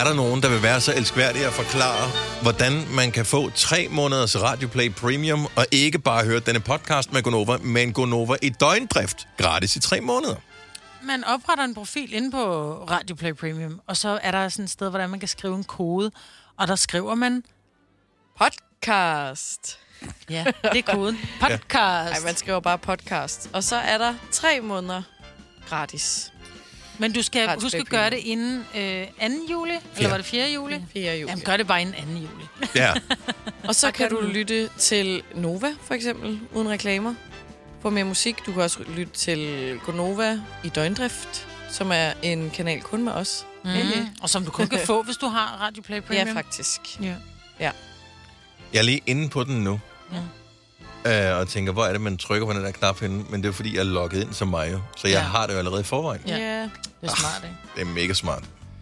er der nogen, der vil være så elskværdige at forklare, hvordan man kan få 3 måneders Radioplay Premium, og ikke bare høre denne podcast med Gonova, men Gonova i døgndrift gratis i 3 måneder? Man opretter en profil inde på Radioplay Premium, og så er der sådan et sted, hvor man kan skrive en kode, og der skriver man... Podcast. Ja, det er koden. Podcast. Nej, man skriver bare podcast. Og så er der 3 måneder gratis. Men du skal huske at gøre det inden 2. juli, eller var det 4. juli? 4. juli. Jamen, gør det bare inden 2. juli. Ja. Og så kan du lytte til Nova, for eksempel, uden reklamer. Få mere musik. Du kan også lytte til Gonova i døgndrift, som er en kanal kun med os. Mm-hmm. Og som du kun kan få, hvis du har Radioplay Premium. Ja, faktisk. Ja. Jeg er lige inde på den nu. Og tænker, hvor er det, man trykker på den der knap henne? Men det er fordi, jeg er logget ind som mig jo. Så jeg har det jo allerede i forvejen. Ja, det er smart, ikke? Det er mega smart.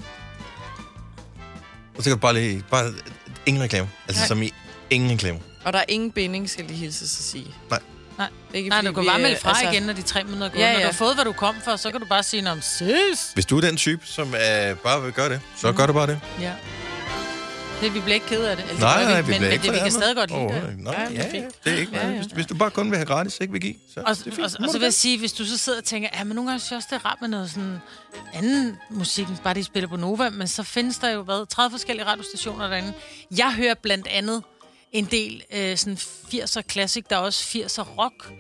Og så kan du bare ingen reklame. Altså som i ingen reklame. Og der er ingen binding, skal de hilse sig sige. Nej. Ikke, nej, du kan bare melde fra igen, når de 3 måneder går. Ja. Når du har fået, hvad du kom for, så kan du bare sige, om ses. Hvis du er den type, som bare vil gøre det, så gør du bare det. Ja. Vi bliver ikke ked af det. Altså, Nej, vi bliver ikke. Men vi kan stadig godt lide det. Nej, det er ikke noget. Hvis du bare kun vil have gratis, ikke vil give, så det er fint. Og så vil jeg sige, hvis du så sidder og tænker, men nogle gange synes jeg også, det er rart med noget sådan anden musik, bare de spiller på Nova, men så findes der jo 30 forskellige radiostationer derinde. Jeg hører blandt andet en del sådan 80'er classic, der er også 80'er rock.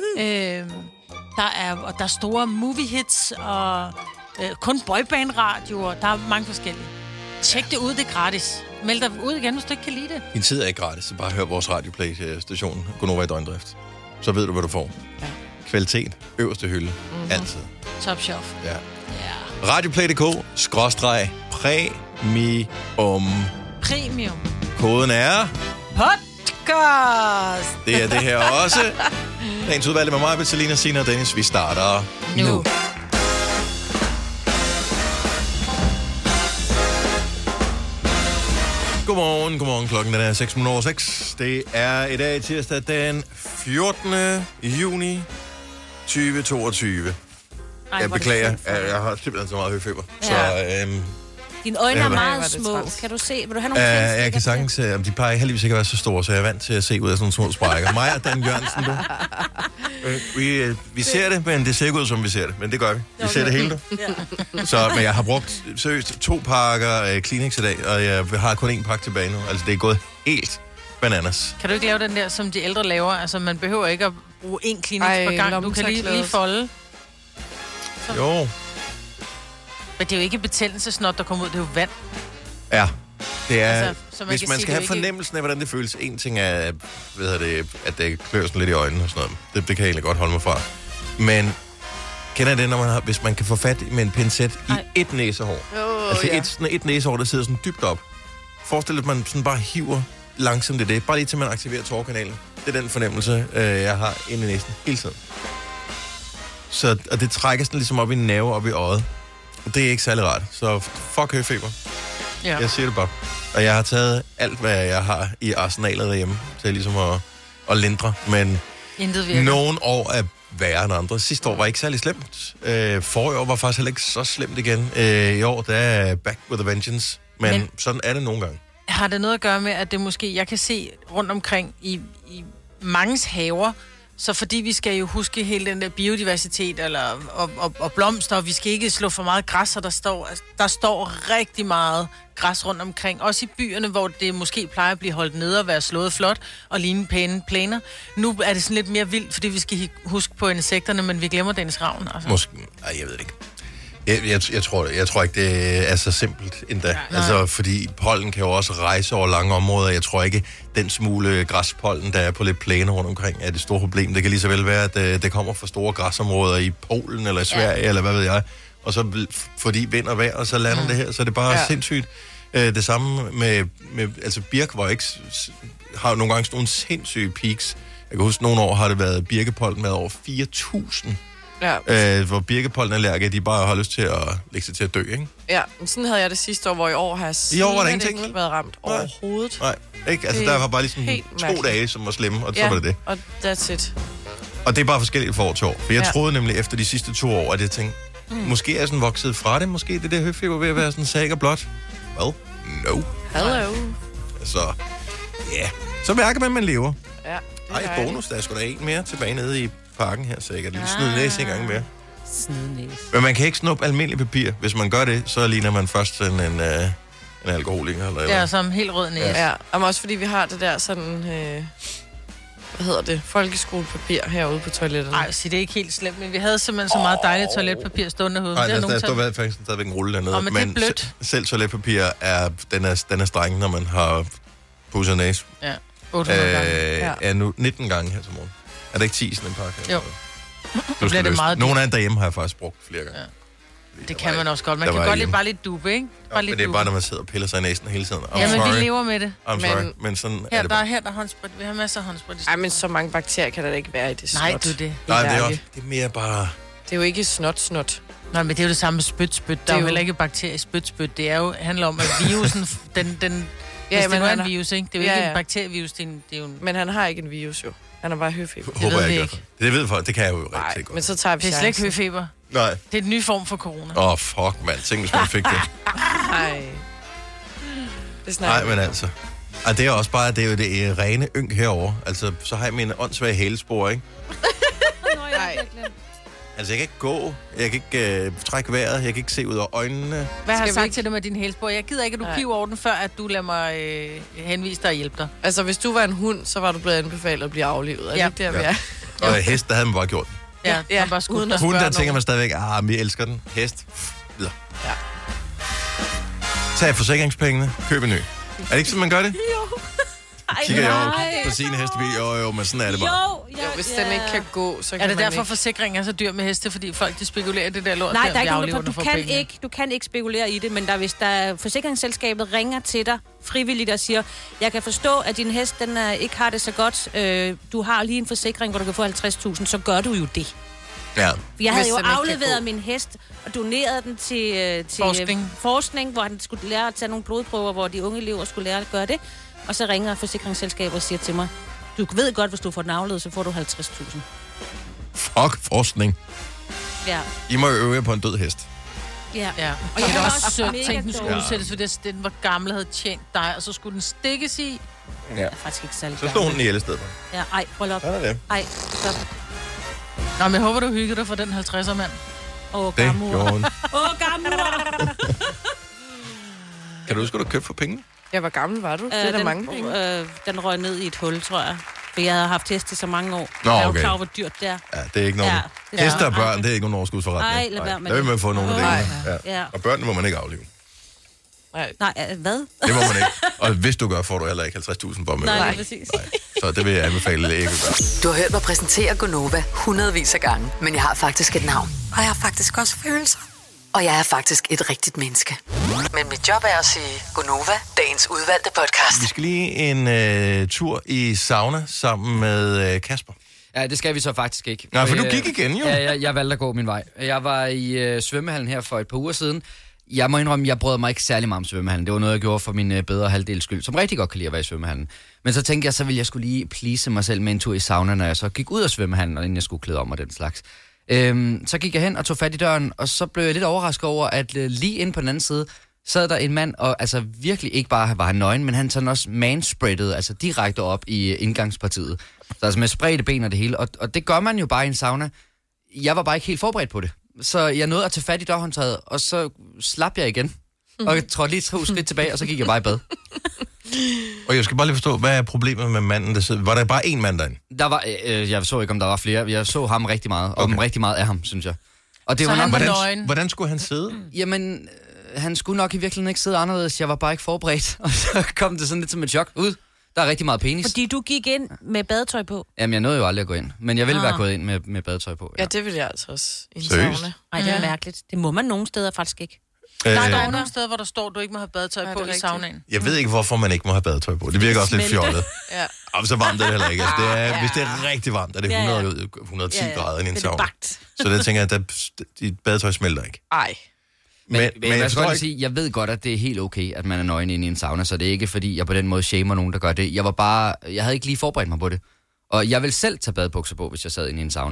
Der er store movie hits, og kun boyband-radioer. Der er mange forskellige. Tjek det ud, det er gratis. Meld dig ud igen, hvis du ikke kan lide det. Din tid er ikke gratis, så bare hør vores Radioplay-station, Gonova i døgndrift. Så ved du, hvad du får. Ja. Kvalitet, øverste hylde, altid. Top shelf. Ja. Radioplay.dk/premium. Koden er... Podcast! Det er det her også. Dagens udvalgte med mig, Bettelina, Sina og Dennis. Vi starter nu. Godmorgen. Klokken den er 6:06. Det er i dag tirsdag den 14. juni 2022. Jeg beklager, jeg har simpelthen så meget højfeber. Ja. Så dine øjne er meget små. Kan du se? Vil du have nogle jeg kan sagtens se, de plejer heldigvis ikke at være så store, så jeg er vant til at se ud af sådan nogle små sprækker. Mig og Dan Jørgensen, du. Vi ser det, men det ser ikke ud, som vi ser det. Men det gør vi. Vi ser det hele, du. Men jeg har brugt seriøst 2 pakker Kleenex i dag, og jeg har kun 1 pakke tilbage nu. Altså, det er gået helt bananas. Kan du ikke lave den der, som de ældre laver? Altså, man behøver ikke at bruge 1 Kleenex per gang. Du kan lige folde. Så. Jo. Men det er jo ikke betændelsesnot, der kommer ud. Det er jo vand. Ja. Det er, altså, hvis man skal have fornemmelsen af, hvordan det føles. En ting er, at det klør sådan lidt i øjnene og sådan noget. Det kan jeg egentlig godt holde mig fra. Men kender det, når hvis man kan få fat med en pincet i et næsehår? Et næsehår, der sidder sådan dybt op. Forestil dig, at man sådan bare hiver langsomt det. Bare lige til man aktiverer tårkanalen. Det er den fornemmelse, jeg har inde i næsen hele tiden. Og det trækker sådan ligesom op i en nerve, op i øjet. Det er ikke særlig rart. Så fuck høfeber. Ja. Jeg siger det bare. Og jeg har taget alt, hvad jeg har i arsenalet derhjemme, til ligesom at lindre. Men nogle år er værre end andre. Sidste år var ikke særlig slemt. Forrige år var faktisk heller ikke så slemt igen. I år, der er back with a vengeance. Men sådan er det nogle gange. Har det noget at gøre med, at det måske, jeg kan se rundt omkring i manges haver, så fordi vi skal jo huske hele den der biodiversitet og blomster, og vi skal ikke slå for meget græs, og der står rigtig meget græs rundt omkring. Også i byerne, hvor det måske plejer at blive holdt nede og være slået flot og ligne pæne plæner. Nu er det sådan lidt mere vildt, fordi vi skal huske på insekterne, men vi glemmer Dennis Ravn. Altså. Måske. Jeg ved det ikke. Jeg tror ikke, det er så simpelt endda. Ja, altså, fordi pollen kan jo også rejse over lange områder. Jeg tror ikke, den smule græspollen, der er på lidt plæner rundt omkring, er det store problem. Det kan lige så vel være, at det kommer fra store græsområder i Polen eller i Sverige, eller hvad ved jeg. Og så fordi vind og vejr, og så lander det her, så er det bare sindssygt. Det samme med altså birk, hvor ikke har nogle gange sådan nogle sindssyge peaks. Jeg kan huske, nogle år har det været birkepollen med over 4.000. Ja. Hvor birkepollenallergikere, de bare har lyst til at lægge sig til at dø, ikke? Ja, men sådan havde jeg det sidste år, hvor i år har jeg var der ingenting, ikke været ramt overhovedet. Nej, ikke? Altså der var bare ligesom 2 dage, som var slemme, og så var det. Og that's it. Og det er bare forskelligt fra år til år. For jeg troede nemlig efter de sidste 2 år, at jeg tænkte, måske er jeg sådan vokset fra det, måske det der høfeber ved at være sådan sag og blot. Well, no. Hello. Så, ja. Så mærker man lever. Ja, Ej, bonus, der er sgu da en mere tilbage nede i parken her, så jeg kan lige snyde næse en gang mere. Men man kan ikke snuppe almindelig papir. Hvis man gør det, så ligner man først sådan en alkoholiker. Eller det er som helt rød næse. Ja, og også fordi vi har det der sådan... hvad hedder det? Folkeskolepapir herude på toiletterne. Nej, så det er ikke helt slemt, men vi havde simpelthen så meget dejligt toiletpapir stående herude. Nej, der står faktisk stadigvæk en rulle dernede. Men det er blødt. Selv toiletpapir den er streng, når man har pusset næse. Ja, 800 gange. Er nu 19 gange her til morgen. Er det ikke 10 sådan en pakke? Jo. Nu bliver det meget nogle af dem derhjemme har jeg faktisk brugt flere gange. Ja. Det kan man også godt. Man kan godt lide bare lidt dube, ikke? Bare men det er bare, når man sidder og piller sig i næsen hele tiden. Ja, men vi lever med det. I'm sorry, men sådan her, er det bare. Her der er håndsprit. Vi har masser af håndsprit. Ej, men så mange bakterier kan der ikke være i det snot. Nej, det. Nej, det er mere bare... Det er jo ikke snot. Nej, men det er jo det samme med spyt. Der er jo heller ikke bakterier i spyt. Det er jo, handler om, at virusen, den ja, men det er en virus, ikke? Det er jo ikke en bakterievirus, det er jo en... Men han har ikke en virus, jo. Han har bare høfeber. Det ved vi ikke. Det ved folk, det kan jeg jo rigtig godt. Men så tager vi det er slet ikke høfeber. Nej. Det er en ny form for corona. Fuck, mand. Tænk, hvis man fik det. Nej. Nej, men altså. Og det er også bare, det er jo det rene ynk herover. Altså, så har jeg mine åndssvage hælespor, ikke? Nej. Altså, jeg kan ikke gå, jeg kan ikke trække vejret, jeg kan ikke se ud af øjnene. Hvad har jeg sagt til dig med din hælspor? Jeg gider ikke, at du piver over den, før at du lader mig henvise dig og hjælpe dig. Altså, hvis du var en hund, så var du blevet anbefalet at blive aflivet. Er det ikke der, vi er? Og hest, der havde man bare gjort det. Ja, bare uden at hund, der tænker man stadigvæk, vi elsker den. Hest, videre. Ja. Tag forsikringspengene, køb en ny. Er det ikke sådan, man gør det? Jo. Kigger jeg over på sine hestebil? Jo, men sådan er det bare. Jo, hvis den ikke kan gå, så kan er det derfor, ikke. Forsikring er så dyr med heste, fordi folk de spekulerer det der lort? Nej, der er ikke du kan ikke spekulere i det, men hvis der forsikringsselskabet ringer til dig frivilligt og siger, jeg kan forstå, at din hest den ikke har det så godt, du har lige en forsikring, hvor du kan få 50.000, så gør du jo det. Ja. Jeg havde jo afleveret min hest og doneret den til forskning, hvor han skulle lære at tage nogle blodprøver, hvor de unge elever skulle lære at gøre det. Og så ringer forsikringsselskabet og siger til mig, du ved godt, hvis du får den aflevet, så får du 50.000. Fuck forskning. Ja. I må øve jer på en død hest. Ja. Og jeg har også søgt, tænkt, den skulle udsættes, fordi den var gammel, havde tjent dig, og så skulle den stikkes i. Ja. Det er faktisk ikke særlig så stod hun i stedet. Ja, hold op. Sådan er det. Stop. Nå, men jeg håber, du hyggede dig for den 50'er mand. Gammel. Det gjorde hun. Gammel. Kan du huske, at du købte for penge? Ja, hvor gammel var du? Det er der mange penge. Den røg ned i et hul, tror jeg. For jeg havde haft heste så mange år. Nå, okay. Jeg er jo klar, hvor dyrt det er. Ja, det er ikke nogen... Heste og børn, det er ikke nogen overskudsforretning. Nej, lad være med det. Der vil man få nogle af det. Ja. Og børnene må man ikke aflive. Nej, hvad? Det må man ikke. Og hvis du gør, får du heller ikke 50.000 på med. Nej, præcis. Nej. Så det vil jeg anbefale ikke at gøre. Du har hørt mig præsentere Gonova hundredvis af gange, men jeg har faktisk et navn. Og jeg har faktisk også følelser. Og jeg er faktisk et rigtigt menneske. Men mit job er at sige Gonova, dagens udvalgte podcast. Vi skal lige en tur i sauna sammen med Kasper. Ja, det skal vi så faktisk ikke. Nej, for du gik igen jo. Ja, jeg valgte at gå min vej. Jeg var i svømmehallen her for et par uger siden. Jeg må indrømme, jeg brød mig ikke særlig meget om svømmehallen. Det var noget, jeg gjorde for min bedre halvdels skyld, som rigtig godt kan lide at være i svømmehallen. Men så tænkte jeg, så ville jeg skulle lige please mig selv med en tur i sauna, når jeg så gik ud af svømmehallen, inden jeg skulle klæde om og den slags. Så gik jeg hen og tog fat i døren, og så blev jeg lidt overrasket over, at lige inde på den anden side, sad der en mand, og altså virkelig ikke bare var han nøgen, men han sådan også manspreadede, altså direkte op i indgangspartiet. Så altså med spredte ben og det hele, og det gør man jo bare i en sauna. Jeg var bare ikke helt forberedt på det. Så jeg nåede at tage fat i dørhåndtaget, og så slap jeg igen. Og jeg trådte lige 2 skridt tilbage, og så gik jeg bare i bad. Og jeg skal bare lige forstå, hvad er problemet med manden, der sidder? Var der bare én mand derinde? Der var, jeg så ikke, om der var flere. Jeg så ham rigtig meget, og rigtig meget af ham, synes jeg. Og det så var han nok, hvordan skulle han sidde? Jamen, han skulle nok i virkeligheden ikke sidde anderledes. Jeg var bare ikke forberedt, og så kom det sådan lidt som et chok ud. Der er rigtig meget penis. Fordi du gik ind med badetøj på? Jamen, jeg nåede jo aldrig at gå ind. Men jeg ville være gået ind med badetøj på. Ja, det vil jeg altså også. Seriøst? Nej, det er mærkeligt. Det må man nogle steder faktisk ikke. Der er nogle steder, hvor der står, at du ikke må have badetøj på i saunaen. Jeg ved ikke, hvorfor man ikke må have badetøj på. Det virker også lidt fjollet. Ja. Og så varmt er det heller ikke. Altså, det er, hvis det er rigtig varmt, er det 110 grader i en sauna. Så det tænker jeg, at dit badetøj smelter ikke. Ej. Men jeg skal godt sige, jeg ved godt, at det er helt okay, at man er nøgen inde i en sauna, så det er ikke, fordi jeg på den måde shamer nogen, der gør det. Jeg havde ikke lige forberedt mig på det. Og jeg vil selv tage badebukser på, hvis jeg sad inde i en sauna.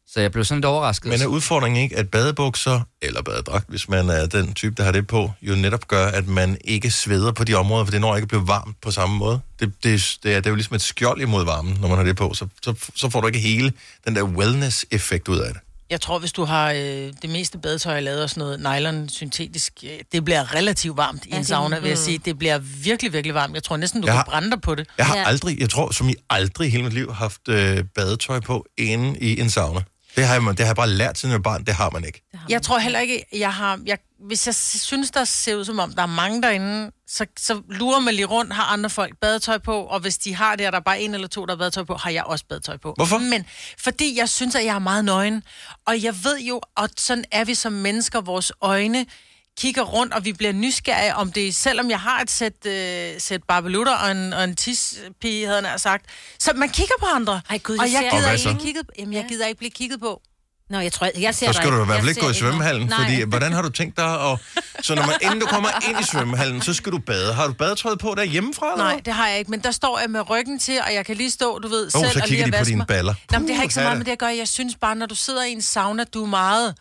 Så jeg blev sådan lidt overrasket. Men er udfordringen ikke, at badebukser, eller badedragt, hvis man er den type, der har det på, jo netop gør, at man ikke sveder på de områder, for det når ikke at blive varmt på samme måde? Det er jo ligesom et skjold imod varmen, når man har det på, så får du ikke hele den der wellness-effekt ud af det. Jeg tror, hvis du har det meste badetøj lavet og sådan noget nylon syntetisk, det bliver relativt varmt i en sauna, vil jeg sige. Det bliver virkelig, virkelig varmt. Jeg tror næsten, du kan brænde dig på det. Jeg har aldrig, jeg tror, som I aldrig i hele mit liv, haft badetøj på inde i en sauna. Det har jeg bare lært siden jeg var barn, det har man ikke. Jeg tror heller ikke, hvis jeg synes, der ser ud som om, der er mange derinde, så lurer man lige rundt, har andre folk badetøj på, og hvis de har det, og der er bare en eller to, der har badetøj på, har jeg også badetøj på. Hvorfor? Men fordi jeg synes, at jeg er meget nøgen, og jeg ved jo, og sådan er vi som mennesker, vores øjne kigger rundt, og vi bliver nysgerrige om det, selvom jeg har et sæt barbelutter og en tispige, havde han sagt. Så man kigger på andre, Ej, Gud, og jeg gider ikke blive kigget på. Nå, jeg tror, jeg ser så skal du i hvert fald ikke gå i svømmehallen, fordi hvordan har du tænkt dig så inden du kommer ind i svømmehallen, så skal du bade. Har du badetøjet på der hjemmefra? Eller? Nej, det har jeg ikke, men der står jeg med ryggen til, og jeg kan lige stå, du ved, selv så og lige kigger de på dine baller. Jamen, det har ikke så meget med det at gøre. Jeg synes bare, når du sidder i en sauna, du er meget...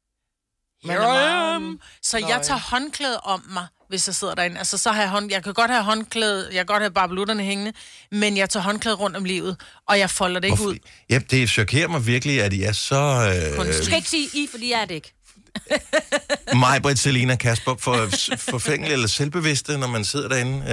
Så jeg tager håndklædet om mig, hvis jeg sidder derinde. Altså, så har jeg kan godt have håndklædet, jeg kan godt have barbelutterne hængende, men jeg tager håndklædet rundt om livet, og jeg folder det ikke ud. Ja, det chokerer mig virkelig, at I er så... Du skal ikke sige I, fordi jeg er det ikke. Mig, Britt, Selina, Kasper, forfængelige eller selvbevidste, når man sidder derinde.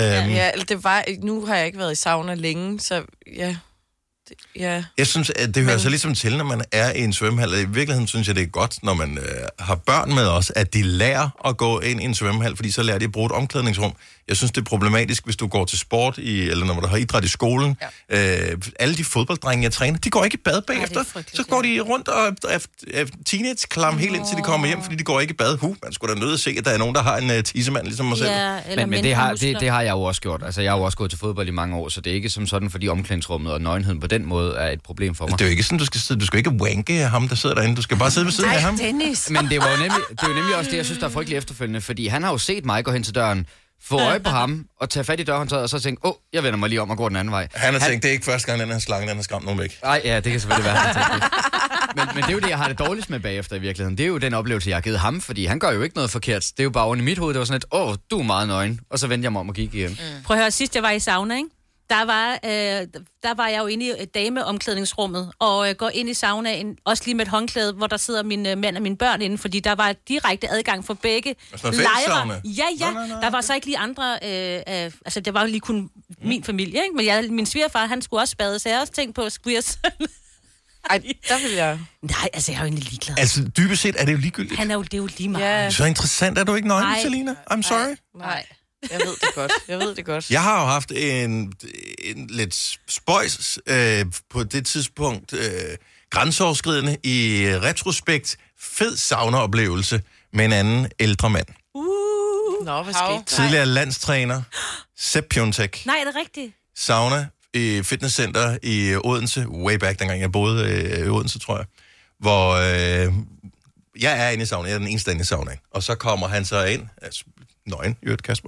Nu har jeg ikke været i sauna længe, så ja... Ja. Jeg synes, at det hører så ligesom til, når man er i en svømmehal. I virkeligheden synes jeg, det er godt, når man har børn med os, at de lærer at gå ind i en svømmehal, fordi så lærer de at bruge et omklædningsrum. Jeg synes, det er problematisk, hvis du går til sport, eller når du har idræt i skolen. Ja. Alle de fodbolddrenge, jeg træner, de går ikke i bad bagefter. Så går de rundt og er teenage-klam helt indtil de kommer hjem, fordi de går ikke i bad. Man skulle da nødt at se, at der er nogen, der har en tissemand ligesom mig selv. Ja, men det har jeg jo også gjort. Altså, jeg har jo også gået til fodbold i mange år, så det er ikke som sådan, fordi omklædningsrummet og nøgenheden på den måde er et problem for mig. Det er jo ikke sådan, du skal ikke wanke ham, der sidder derinde. Du skal bare sidde ved siden af ham. Dennis. Men det er jo nemlig også det, jeg synes, der er frygteligt efterfølgende, fordi han har jo set mig gå hen til døren, få øje på ham, og tage fat i dørhåndtaget, og så tænke, jeg vender mig lige om og går den anden vej. Han har tænkt, det er ikke første gang, den her slange, den har skræmt nogen væk. Nej, ja, det kan selvfølgelig være, han har tænkt. Men det er jo det, jeg har det dårligst med bagefter i virkeligheden. Det er jo den oplevelse, jeg har givet ham, fordi han gør jo ikke noget forkert. Det er jo bare oven i mit hoved, det var sådan et, du er meget nøgen, og så vendte jeg mig om og gik hjem. Prøv at høre, sidst jeg var i sauna, ikke? Der var jeg jo inde i dameomklædningsrummet, og går ind i saunaen, også lige med et håndklæde, hvor der sidder min mand og mine børn inde, fordi der var direkte adgang for begge lejre. Ja. Der var så ikke lige andre, altså det var jo lige kun min familie, ikke? Men min svigerfar, han skulle også bade, så jeg også tænkt på squeers. Ej, der vil jeg... Nej, altså jeg er jo egentlig ligeglad. Altså dybest set er det jo ligegyldigt. Det er jo lige meget. Ja. Så interessant er du ikke nøgen, Selina? I'm sorry. Nej. Jeg ved det godt. Jeg har jo haft en lidt spøjs på det tidspunkt grænseoverskridende i retrospekt fed saunaoplevelse med en anden ældre mand. Nå, hvad skete der? Tidligere landstræner Sepp Piontek. Nej, er det rigtigt? Sauna i fitnesscenter i Odense, way back dengang jeg boede i Odense, tror jeg, hvor jeg er inde i sauna, jeg er den eneste inde i sauna, og så kommer han så ind, nøgen, Kasper,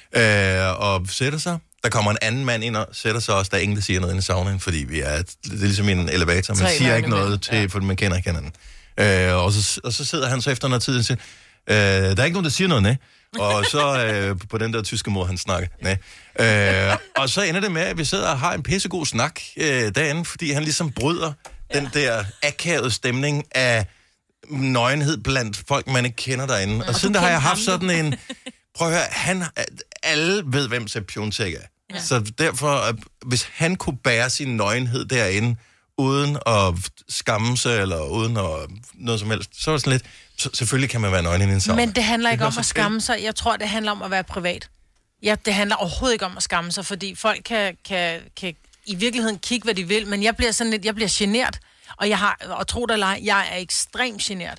og sætter sig. Der kommer en anden mand ind og sætter sig også. Der er ingen, der siger noget inde i saunaen, fordi det er ligesom i en elevator. Man siger ikke noget til, for man kender ikke hinanden. Og så sidder han så efter noget tid og siger, der er ikke nogen, der siger noget, nej. Og så på den der tyske måde, han snakker, nej. Og så ender det med, at vi sidder og har en pissegod snak derinde, fordi han ligesom bryder den der akavede stemning af nøgenhed blandt folk, man ikke kender derinde. Og siden der har jeg haft sådan en... Prøv at høre, alle ved, hvem Sepp Piontek er. Ja. Så derfor, hvis han kunne bære sin nøgenhed derinde, uden at skamme sig, eller uden at noget som helst, så var det sådan lidt... Selvfølgelig kan man være nøgen i en sauna. Men det handler ikke om at skamme sig. Jeg tror, det handler om at være privat. Ja, det handler overhovedet ikke om at skamme sig, fordi folk kan i virkeligheden kigge, hvad de vil, men jeg bliver genert. Og tro det eller ej, jeg er ekstremt genert.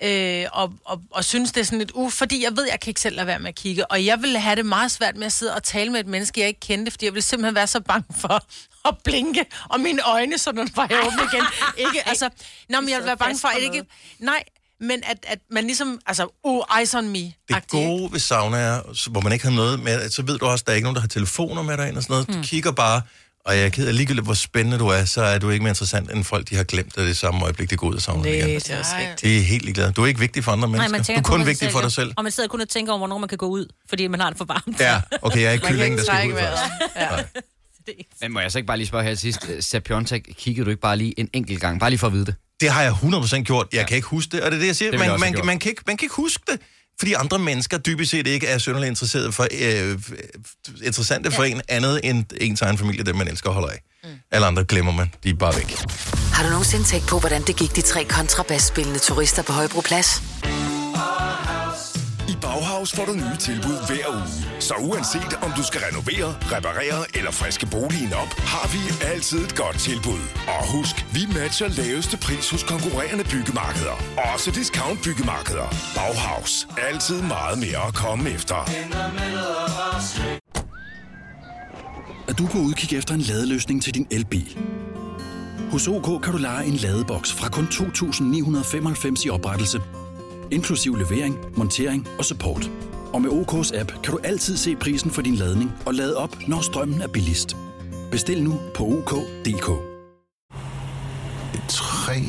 Og synes, det er sådan lidt fordi jeg ved, jeg kan ikke selv lade være med at kigge. Og jeg ville have det meget svært med at sidde og tale med et menneske, jeg ikke kendte, fordi jeg ville simpelthen være så bange for at blinke, og mine øjne, så når var jeg åbne igen. Ikke, altså, jeg ville være bange for, at ikke... Nej, men at man ligesom... Altså, eyes on me. Det gode ved sauna er, hvor man ikke har noget med... Så ved du også, der er ikke nogen, der har telefoner med dig og sådan noget. Du kigger bare... Og jeg er ked af ligegyldigt, hvor spændende du er, så er du ikke mere interessant, end folk, de har glemt dig det samme øjeblik, det går ud og savner igen. Det er også rigtigt. Det er helt ligeglad. Du er ikke vigtig for andre mennesker. Du er kun vigtig for dig selv. Og man sidder kun og tænker over, hvornår man kan gå ud, fordi man har det for varmt. Ja, okay, jeg er ikke kyllingen, der skal gå ud først. Ja. Men må jeg så ikke bare lige spørge her til sidst, Sepp Piontek, kiggede du ikke bare lige en enkelt gang, bare lige for at vide det? Det har jeg 100% gjort. Jeg kan ikke huske det, og det er det, jeg siger. Man kan ikke huske det, fordi andre mennesker dybest set ikke er synderligt interessante for en andet end ens egen familie, dem man elsker og holder af. Alle andre glemmer man. De er bare væk. Har du nogensinde tænkt på, hvordan det gik de 3 kontrabasspillende turister på Højbroplads? I Bauhaus får du nye tilbud hver uge. Så uanset om du skal renovere, reparere eller friske boligen op, har vi altid et godt tilbud. Og husk, vi matcher laveste pris hos konkurrerende byggemarkeder. Også discount byggemarkeder. Bauhaus. Altid meget mere at komme efter. Er du på udkig efter en ladeløsning til din elbil? Hos OK kan du leje en ladeboks fra kun 2.995 i oprettelse, inklusiv levering, montering og support. Og med OK's app kan du altid se prisen for din ladning og lade op, når strømmen er billigst. Bestil nu på OK.dk. 3,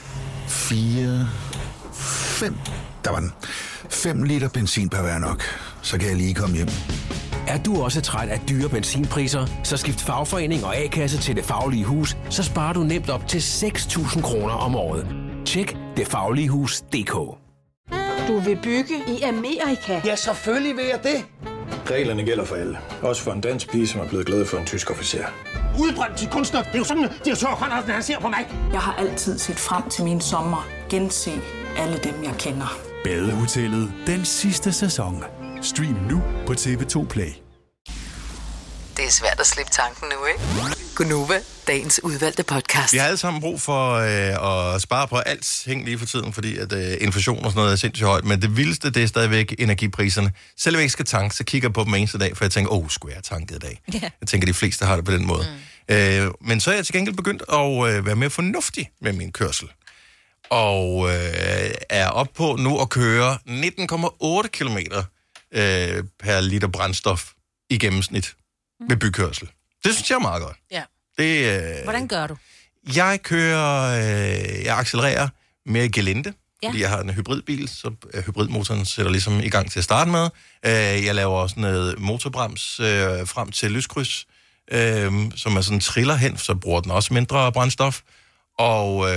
4, 5. Der var den. 5 liter benzin per hver nok. Så kan jeg lige komme hjem. Er du også træt af dyre benzinpriser, så skift fagforening og A-kasse til Det Faglige Hus, så sparer du nemt op til 6.000 kroner om året. Tjek detfagligehus.dk. Du vil bygge i Amerika? Ja, selvfølgelig vil jeg det. Reglerne gælder for alle. Også for en dansk pige, som er blevet glad for en tysk officer. Udbrændt til kunstner. Det er jo sådan, at de har tørt, han ser på mig. Jeg har altid set frem til min sommer. Gense alle dem, jeg kender. Badehotellet den sidste sæson. Stream nu på TV2 Play. Det er svært at slippe tanken nu, ikke? Gunova, dagens udvalgte podcast. Vi har alle sammen brug for at spare på alting lige for tiden, fordi at inflation og sådan noget er sindssygt højt. Men det vildeste, det er stadigvæk energipriserne. Selvom jeg ikke skal tanke, så kigger jeg på dem eneste dag, for jeg tænker, skulle jeg have tanket i dag? Yeah. Jeg tænker, de fleste har det på den måde. Men så er jeg til gengæld begyndt at være mere fornuftig med min kørsel. Og er op på nu at køre 19,8 kilometer per liter brændstof i gennemsnit med bykørsel. Det synes jeg er meget godt. Ja. Hvordan gør du? Jeg accelererer mere gelinde, fordi jeg har en hybridbil, så hybridmotoren sætter ligesom i gang til at starte med. Jeg laver også noget motorbrems frem til lyskryds, som er sådan triller hen, så bruger den også mindre brændstof. Og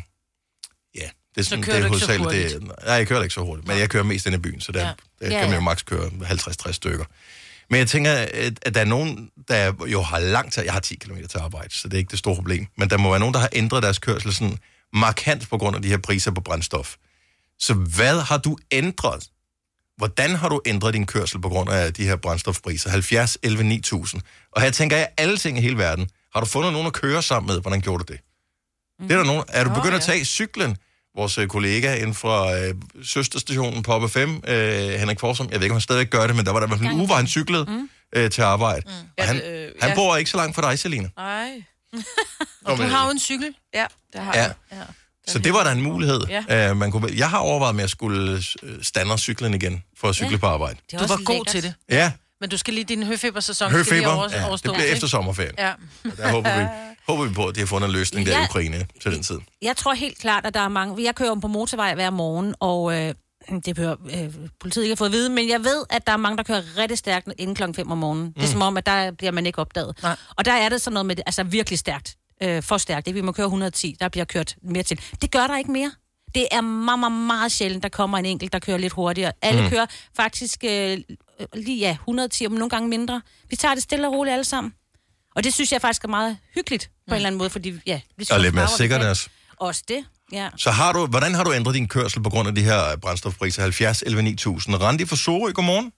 det er sådan, så kører det er du ikke så hurtigt? Nej, jeg kører ikke så hurtigt, men jeg kører mest ind i byen, så der kan man jo maks køre 50-60 stykker. Men jeg tænker, at der er nogen, der jo har langt til... Jeg har 10 km til arbejde, så det er ikke det store problem. Men der må være nogen, der har ændret deres kørsel sådan markant på grund af de her priser på brændstof. Så hvad har du ændret? Hvordan har du ændret din kørsel på grund af de her brændstofpriser? 70, 11, 9000. Og her tænker jeg alle ting i hele verden. Har du fundet nogen at køre sammen med? Hvordan gjorde du det? Det er der nogen. Er du begyndt at tage cyklen? Vores kollega inden fra søsterstationen på Op 5, Henrik Forsum, jeg ved ikke, om han stadig gør det, men der var der i hvert fald en uge, hvor han cyklede til arbejde. Og han bor ikke så langt fra dig, Selina. Nej. Og du har jo en cykel. Ja, det har jeg. Ja. Så det var da en mulighed. Ja. Man kunne... Jeg har overvejet med at skulle stande cyklen igen, for at cykle på arbejde. Du var god til det. Ja. Men du skal lige din høfebersæson overstå. Det bliver efter sommerferien. Ja. Der håber vi på, at de har fundet en løsning der i Ukraine til den tid. Jeg tror helt klart, at der er mange... Jeg kører på motorvej hver morgen, og det behøver politiet ikke har fået at vide, men jeg ved, at der er mange, der kører rigtig stærkt inden klokken 5 om morgenen. Det er som om, at der bliver man ikke opdaget. Nej. Og der er det sådan noget med, altså virkelig stærkt. For stærkt. Vi må køre 110, der bliver kørt mere til. Det gør der ikke mere. Det er meget, meget, meget sjældent, der kommer en enkelt, der kører lidt hurtigere. Alle kører faktisk lige 110, om nogle gange mindre. Vi tager det stille og roligt alle sammen. Og det synes jeg faktisk er meget hyggeligt på en eller anden måde, fordi vi og lidt mere sikkert også det, ja. Så hvordan har du ændret din kørsel på grund af de her brændstofpriser? 70, 11, 9000. Randi fra Sorø, godmorgen.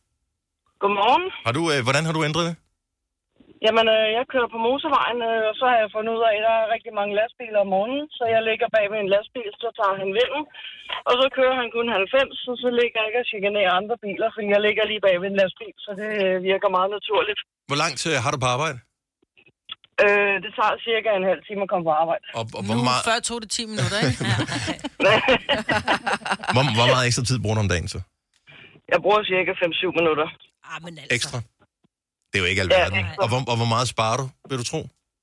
Godmorgen. Hvordan har du ændret det? Jamen, jeg kører på motorvejen, og så har jeg fundet ud af, at der er rigtig mange lastbiler om morgenen, så jeg ligger bag med en lastbil, så tager han vinden, og så kører han kun 90, og så ligger jeg ikke og chikanerer andre biler, fordi jeg ligger lige bag ved en lastbil, så det virker meget naturligt. Hvor langt har du på arbejde? Det tager cirka en halv time at komme på arbejde. Og hvor meget... Før tog det 10 minutter, ikke? hvor meget ekstra tid bruger du om dagen så? Jeg bruger cirka 5-7 minutter. Men altså... Ekstra? Det er jo ikke alverden. Og hvor meget sparer du, vil du tro?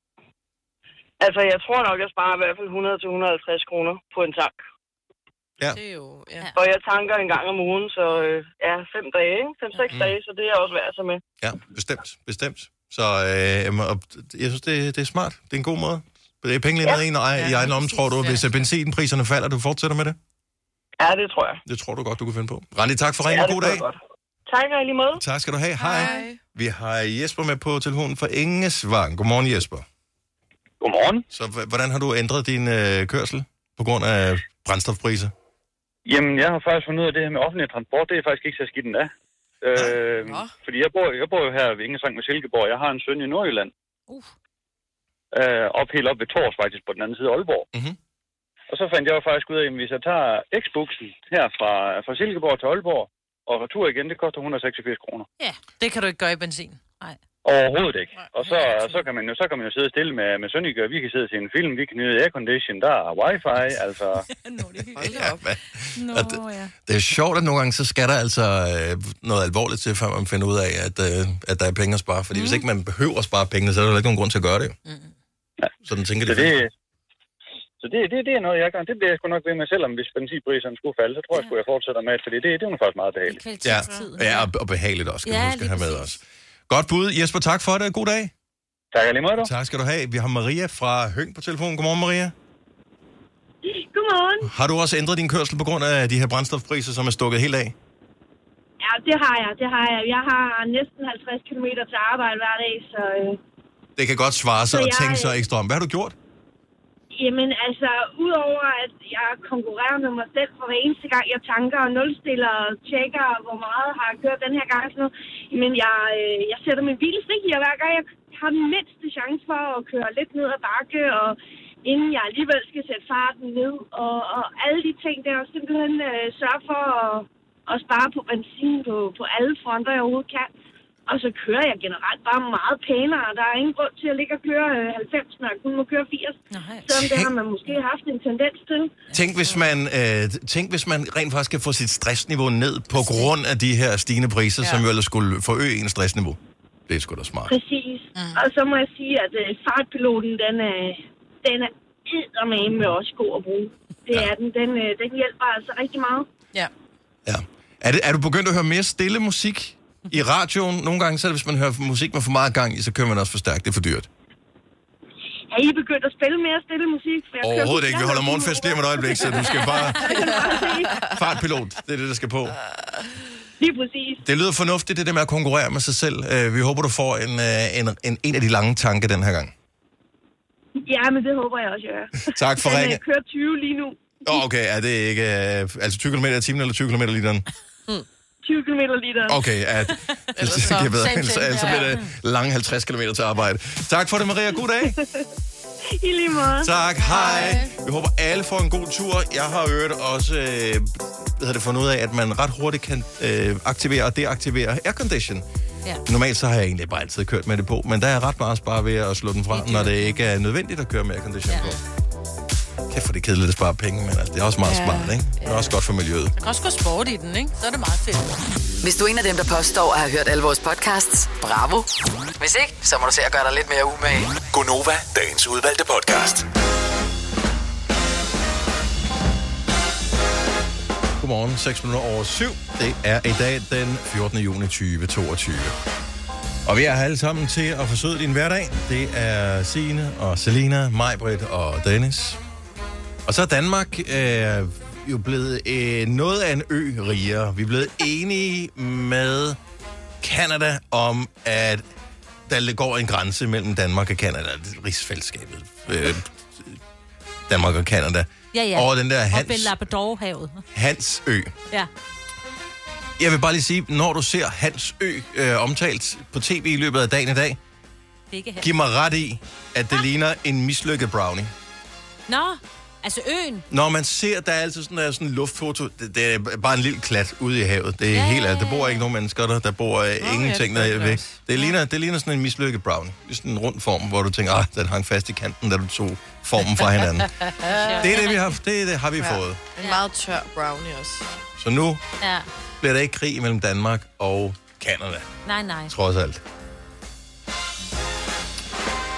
Altså, jeg tror nok, jeg sparer i hvert fald 100-150 kroner på en tank. Ja. Det er jo, ja. Og jeg tanker en gang om ugen, så 5 dage, ikke? 5-6 dage, så det er også værd at tage med. Ja, bestemt. Så jeg synes, det er smart. Det er en god måde. Det er penge lige ned i egen lomme, tror du, hvis benzinpriserne falder, du fortsætter med det? Ja, det tror jeg. Det tror du godt, du kan finde på. Randi, tak for ringen. God dag. Tak, og i lige måde. Tak skal du have. Hej. Vi har Jesper med på telefonen fra Engesvang. Godmorgen, Jesper. Godmorgen. Så hvordan har du ændret din kørsel på grund af brændstofpriser? Jamen, jeg har faktisk fundet ud af det her med offentlig transport. Det er faktisk ikke så skidt endda. Fordi jeg bor jo her ved Engesvang med Silkeborg. Jeg har en søn i Nordjylland. Helt op ved Tors, faktisk, på den anden side af Aalborg. Mm-hmm. Og så fandt jeg jo faktisk ud af, at hvis jeg tager X-buksen her fra Silkeborg til Aalborg, og retur igen, det koster 186 kroner. Ja, det kan du ikke gøre i benzin. Nej. Overhovedet ikke. Og så kan man jo sidde stille med Sønneke, vi kan sidde til en film, vi kan nyde aircondition, der er wifi, altså... Det er sjovt, at nogle gange, så skal der altså noget alvorligt til, før man finder ud af, at der er penge at spare. Fordi hvis ikke man behøver at spare pengene, så er der ikke nogen grund til at gøre det. Ja. Sådan tænker Så det er noget, jeg gør. Det bliver jeg sgu nok ved med, selvom hvis benzinpriserne skulle falde, så tror jeg fortsætter med, fordi det er faktisk meget behageligt. Ja, og behageligt også, skal du huske at have med os. Godt bud. Jesper, tak for det. God dag. Tak lige måde, du. Tak skal du have. Vi har Maria fra Høng på telefonen. Godmorgen, Maria. Godmorgen. Har du også ændret din kørsel på grund af de her brændstofpriser, som er stukket helt af? Ja, det har jeg. Jeg har næsten 50 km til arbejde hver dag, så... Det kan godt svare sig at tænke sig ekstra om. Hvad har du gjort? Jamen altså, udover at jeg konkurrerer med mig selv for hver eneste gang, jeg tanker og nulstiller og tjekker, hvor meget har jeg kørt den her gang. Sådan noget. Men jeg sætter min bil fri, og hver gang jeg har den mindste chance for at køre lidt ned ad bakke, og inden jeg alligevel skal sætte farten ned, og alle de ting der, og simpelthen sørge for at spare på benzin på alle fronter, jeg overhovedet kan. Og så kører jeg generelt bare meget pænere. Der er ingen grund til at ligge og køre 90, når jeg kun må køre 80. Selvom det har man måske haft en tendens til. Tænk, hvis man rent faktisk kan få sit stressniveau ned på grund af de her stigende priser, som jo ellers skulle forøge ens stressniveau. Det er sgu da smart. Præcis. Og så må jeg sige, at fartpiloten, den er eddermame med også god at bruge. Det er den. Den hjælper altså rigtig meget. Ja. Er du begyndt at høre mere stille musik? I radioen, nogle gange, så er det, hvis man hører musik med for meget gang i, så kører man også for stærkt. Det er for dyrt. Er I begyndt at spille mere stille musik? Overhovedet ikke. Vi holder morgenfest lige om et øjeblik, så du skal bare... Fartpilot, det er det, der skal på. Lige præcis. Det lyder fornuftigt, det der med at konkurrere med sig selv. Vi håber, du får en af de lange tanker den her gang. Ja, men det håber jeg også, jeg gør. Tak for ringen. Jeg kører 20 lige nu. Okay, er det ikke... altså 20 km i timen eller 20 km i literen? 20 km literen. Okay, det bedre. Så bliver det lange 50 km til arbejde. Tak for det, Maria. God dag. I lige måde. Tak, hej. Vi håber, alle får en god tur. Jeg har hørt også fundet ud af, at man ret hurtigt kan aktivere og deaktivere aircondition. Ja. Normalt så har jeg egentlig bare altid kørt med det på, men der er ret meget at spare ved at slå den fra, når det ikke er nødvendigt at køre med aircondition på. Kæft, for det er kedeligt at spare penge, men altså, det er også meget smart, ikke? Det er også godt for miljøet. Der kan også gå sport i den, ikke? Så er det meget fedt. Hvis du er en af dem, der påstår at have hørt alle vores podcasts, bravo. Hvis ikke, så må du se at gøre dig lidt mere umage. Gonova, dagens udvalgte podcast. Godmorgen, 6:07. Det er i dag den 14. juni 2022. Og vi er her alle sammen til at forsøge din hverdag. Det er Signe og Selina, Majbrit og Dennis. Og så er Danmark jo blevet noget af en ø rigere. Vi er blevet enige med Canada om, at der går en grænse mellem Danmark og Canada. Rigsfællesskabet. Danmark og Canada. Ja. Over den der Op ved Labradorhavet. Hans ø. Ja. Jeg vil bare lige sige, når du ser Hans ø omtalt på tv i løbet af dagen i dag, giv mig ret i, at det ligner en mislykket brownie. Nå, altså øen. Når man ser, der er altid sådan en luftfoto, det er bare en lille klat ude i havet. Det er helt der bor ikke nogen mennesker der bor ingenting der ved. Det ligner sådan en mislykket brownie. Det er sådan en rund form, hvor du tænker, den hang fast i kanten, da du tog formen fra hinanden. Det er det, vi har, det har vi fået. En meget tør brownie også. Så nu bliver der ikke krig mellem Danmark og Canada. Nej. Trods alt.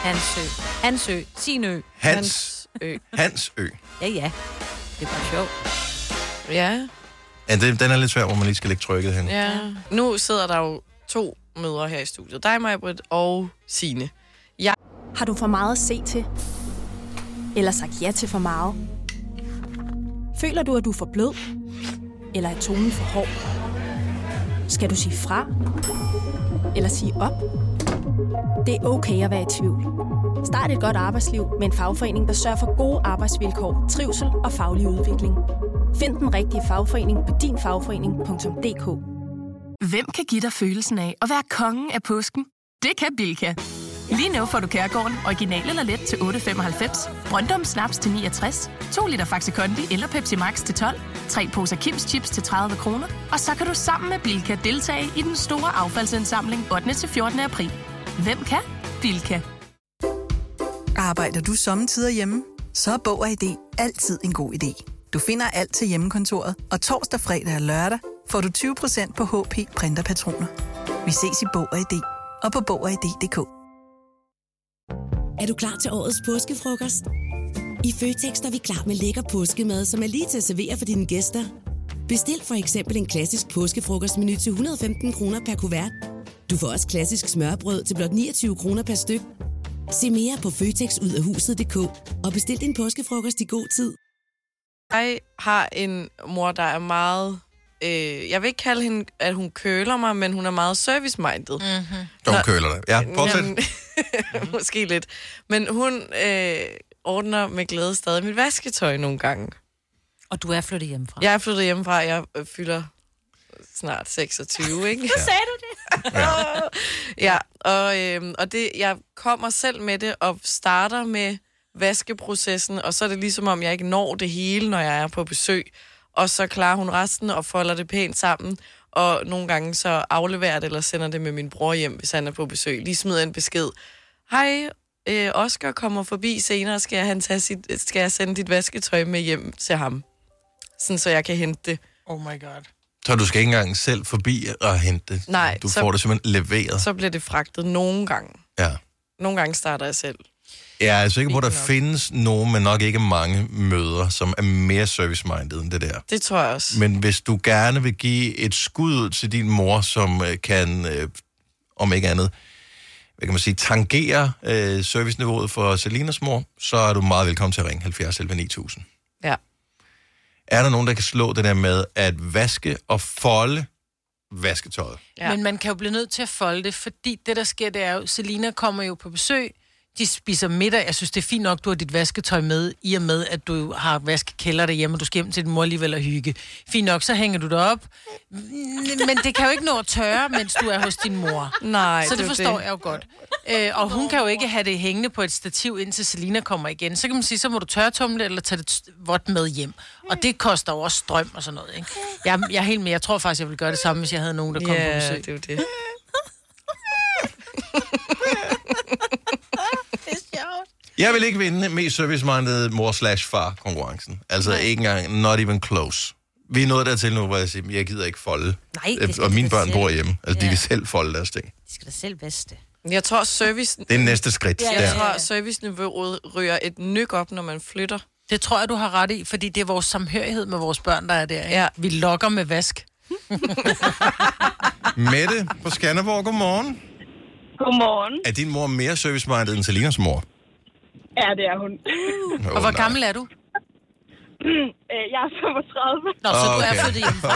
Hans ø. Sin ø. Hans ø. Hans ø. Ja. Det er bare sjovt. Ja. Ja, den er lidt svær, hvor man lige skal lægge trykket hen. Ja. Nu sidder der jo 2 mødre her i studiet. Dig, Maj-Brit, og Signe. Har du for meget at se til? Eller sagt ja til for meget? Føler du, at du er for blød? Eller er tonen for hård? Skal du sige fra? Eller sige op? Det er okay at være i tvivl. Start et godt arbejdsliv med en fagforening, der sørger for gode arbejdsvilkår, trivsel og faglig udvikling. Find den rigtige fagforening på dinfagforening.dk. Hvem kan give dig følelsen af at være kongen af påsken? Det kan Bilka. Lige nu får du Kærgården original eller let til 8,95, Brøndum Snaps til 69, 2 liter Faxi Kondi eller Pepsi Max til 12, 3 poser Kims Chips til 30 kroner, og så kan du sammen med Bilka deltage i den store affaldsindsamling 8. til 14. april. Hvem kan? Bilka. Arbejder du sommetider hjemme? Så er Bog og ID altid en god idé. Du finder alt til hjemmekontoret, og torsdag, fredag og lørdag får du 20% på HP printerpatroner. Vi ses i Bog og ID og på Bog og ID.dk. Er du klar til årets påskefrokost? I Føtex er vi klar med lækker påskemad, som er lige til at servere for dine gæster. Bestil for eksempel en klassisk påskefrokostmenu til 115 kroner per kuvert. Du får også klassisk smørbrød til blot 29 kroner per styk. Se mere på føtexudafhuset.dk og bestil din påskefrokost i god tid. Jeg har en mor, der er meget... jeg vil ikke kalde hende, at hun køler mig, men hun er meget service-minded. Mm-hmm. Hun køler dig. Ja, fortsæt. Måske lidt. Men hun ordner med glæde stadig mit vasketøj nogle gange. Og du er flyttet hjemmefra? Jeg er flyttet hjemmefra. Jeg fylder snart 26, ikke? Ja. Sagde du det? Ja, og det, jeg kommer selv med det og starter med vaskeprocessen, og så er det ligesom om, jeg ikke når det hele, når jeg er på besøg. Og så klarer hun resten og folder det pænt sammen, og nogle gange så afleverer det eller sender det med min bror hjem, hvis han er på besøg. Lige smider en besked. Hej, Oscar kommer forbi senere, skal jeg sende dit vasketøj med hjem til ham? Sådan, så jeg kan hente det. Oh my god. Så du skal ikke engang selv forbi og hente det? Nej. Du får det simpelthen leveret? Så bliver det fragtet nogle gange. Ja. Nogle gange starter jeg selv. Jeg er sikker på, at der findes nogen, men nok ikke mange mødre, som er mere service-minded end det der. Det tror jeg også. Men hvis du gerne vil give et skud ud til din mor, som kan, om ikke andet, hvad kan man sige, tangere serviceniveauet for Selinas mor, så er du meget velkommen til at ringe 70 11 9000. Ja. Er der nogen, der kan slå det der med at vaske og folde vasketøjet? Ja. Men man kan jo blive nødt til at folde det, fordi det, der sker, det er jo, Selina kommer jo på besøg, de spiser middag. Jeg synes, det er fint nok, du har dit vasketøj med, i og med, at du har vaskekælder derhjemme, og du skal hjem til din mor alligevel og hygge. Fint nok, så hænger du det op. Men det kan jo ikke nå at tørre, mens du er hos din mor. Nej, så det forstår jeg jo godt. Og hun kan jo ikke have det hængende på et stativ, indtil Selina kommer igen. Så kan man sige, så må du tørretumle eller tage det vådt med hjem. Og det koster jo også strøm og sådan noget, ikke? Jeg er helt med. Jeg tror faktisk, jeg ville gøre det samme, hvis jeg havde nogen, der kom på besøg. Det er jo det. Jeg vil ikke vinde mest service-minded mor/far-konkurrencen. Altså ikke engang, not even close. Vi er nået dertil nu, hvor jeg siger, jeg gider ikke folde. Nej, og mine børn bor hjemme. Altså, de vil selv folde deres ting. De skal da selv vaske det. Jeg tror, service... Det er næste skridt. Jeg tror, serviceniveauet ryger et nyk op, når man flytter. Det tror jeg, du har ret i, fordi det er vores samhørighed med vores børn, der er der. Ja. Vi lokker med vask. Mette på Skanderborg, godmorgen. Godmorgen. Er din mor mere service-minded end Selinas mor? Ja, det er hun. Og hvor gammel er du? Jeg er 35. Nå, så du er flyttet hjemmefra.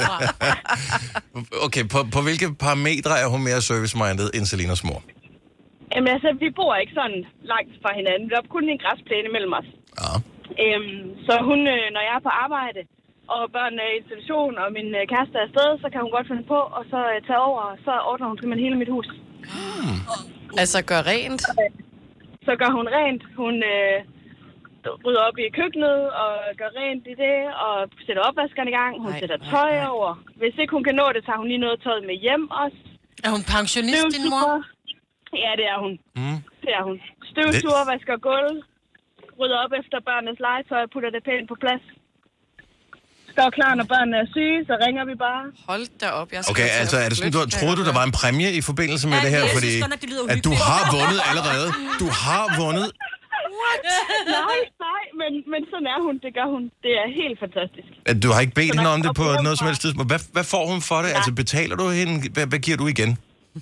Okay, på hvilke parametre er hun mere service-minded end Selinas mor? Jamen altså, vi bor ikke sådan langt fra hinanden. Der er kun en græsplæne mellem os. Ja. Så hun, når jeg er på arbejde, og børnene er i institution, og min kæreste er afsted, så kan hun godt finde på, og så tage over, og så ordner hun simpelthen hele mit hus. Altså gør rent? Så gør hun rent. Hun rydder op i køkkenet, og gør rent i det, og sætter opvaskeren i gang. Hun sætter tøj over. Hvis ikke hun kan nå det, tager hun lige noget tøj med hjem også. Er hun pensionist, din mor? Ja, det er hun. Det er hun. Støvsuger, vasker gulv, rydder op efter børnenes legetøj og putter det pænt på plads. står klar, når børnene er syge, så ringer vi bare. Hold da op, jeg skal Okay, altså er det sådan, troede du, der var en præmie i forbindelse med det her? Fordi at du har vundet allerede. Du har vundet. What? Nej, men sådan er hun. Det gør hun. Det er helt fantastisk. Du har ikke bedt hende om det på noget som helst tidspunkt. Hvad får hun for det? Ja. Altså betaler du hende? Hvad giver du igen?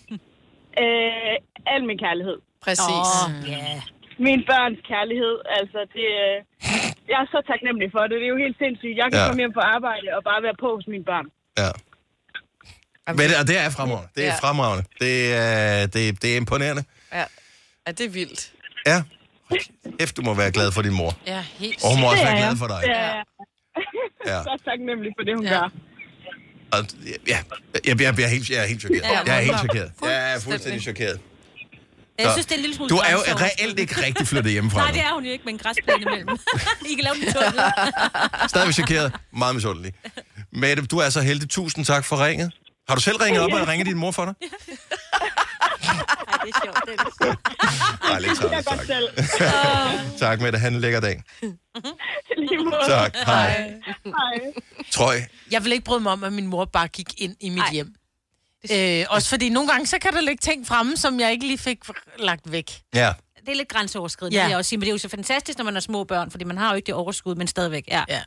Al min kærlighed. Præcis. Min børns kærlighed. Altså, jeg er så taknemmelig for det. Det er jo helt sindssygt. Jeg kan komme hjem på arbejde og bare være på hos mine børn. Ja. Og det er fremragende. Det er fremragende. Det er imponerende. Ja, det er vildt. Ja. Efter du må være glad for din mor. Ja, helt. Og hun må også være glad for dig. Ja. Så taknemmelig for det, hun gør. Og, ja, jeg er helt chokeret. Jeg er helt chokeret. Jeg er fuldstændig chokeret. Jeg synes, det er en lille smule. Du er jo reelt ikke rigtig flyttet hjemmefra. Nej, det er hun jo ikke med en græsplæne imellem. I kan lave den tunnel. Stadig chokeret. Meget misundelig. Mette, du er så heldig. Tusind tak for ringet. Har du selv ringet op og ringet din mor for dig? Nej, det er sjovt. Det er sjovt. Nej, læg tak. Tak, Mette. Han en lækker dag. Tak. Hej. Trøj. Jeg vil ikke bryde mig om, at min mor bare gik ind i mit hjem. Også fordi nogle gange, så kan der ligge ting fremme, som jeg ikke lige fik lagt væk. Ja. Det er lidt grænseoverskridende, vil jeg også sige. Men det er jo så fantastisk, når man har små børn, fordi man har jo ikke det overskud, men stadigvæk.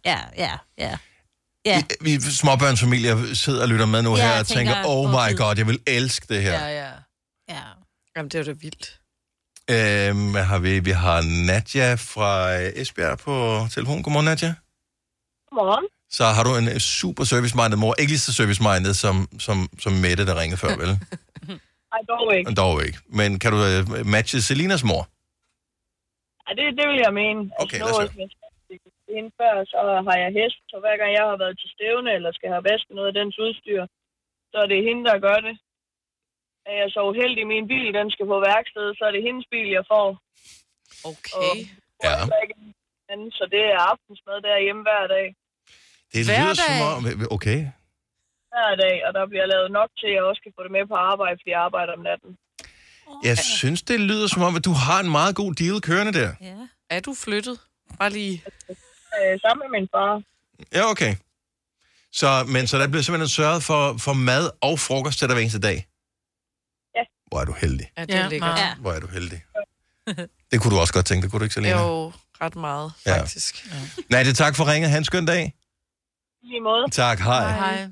Ja. Vi småbørnsfamilier sidder og lytter med nu her og tænker, oh my god, jeg vil elske det her. Ja. Jamen, det er jo da vildt. Hvad har vi? Vi har Nadja fra Esbjerg på telefon. Godmorgen, Nadja. Godmorgen. Så har du en super service-minded mor. Ikke lige så service-minded som Mette, der ringede før, vel? Nej, dog ikke. Dog ikke. Men kan du matche Selinas mor? Ja, det vil jeg mene. Okay, lad os høre. Inden før, så har jeg hest, så hver gang jeg har været til stævne, eller skal have vasket noget af dens udstyr, så er det hende, der gør det. Er jeg så uheldig, min bil, den skal på værksted, så er det hendes bil, jeg får. Okay. Ja. Så det er aftensmad derhjemme hver dag. Det lyder som om... Okay. Hver dag, og der bliver lavet nok til, at jeg også kan få det med på arbejde, fordi jeg arbejder om natten. Jeg synes, det lyder som om, at du har en meget god deal kørende der. Ja. Er du flyttet? Bare lige... Sammen med min far. Ja, okay. Så der bliver simpelthen sørget for mad og frokost til dig hver eneste dag? Ja. Hvor er du heldig. Ja, det er lækkert. Ja. Hvor er du heldig. Det kunne du også godt tænke dig, kunne du ikke, Selina? Jo, ret meget, faktisk. Ja. Nej, det tak for ringet. Ha' en skøn dag. Lige måde. Tak, hej. Hej.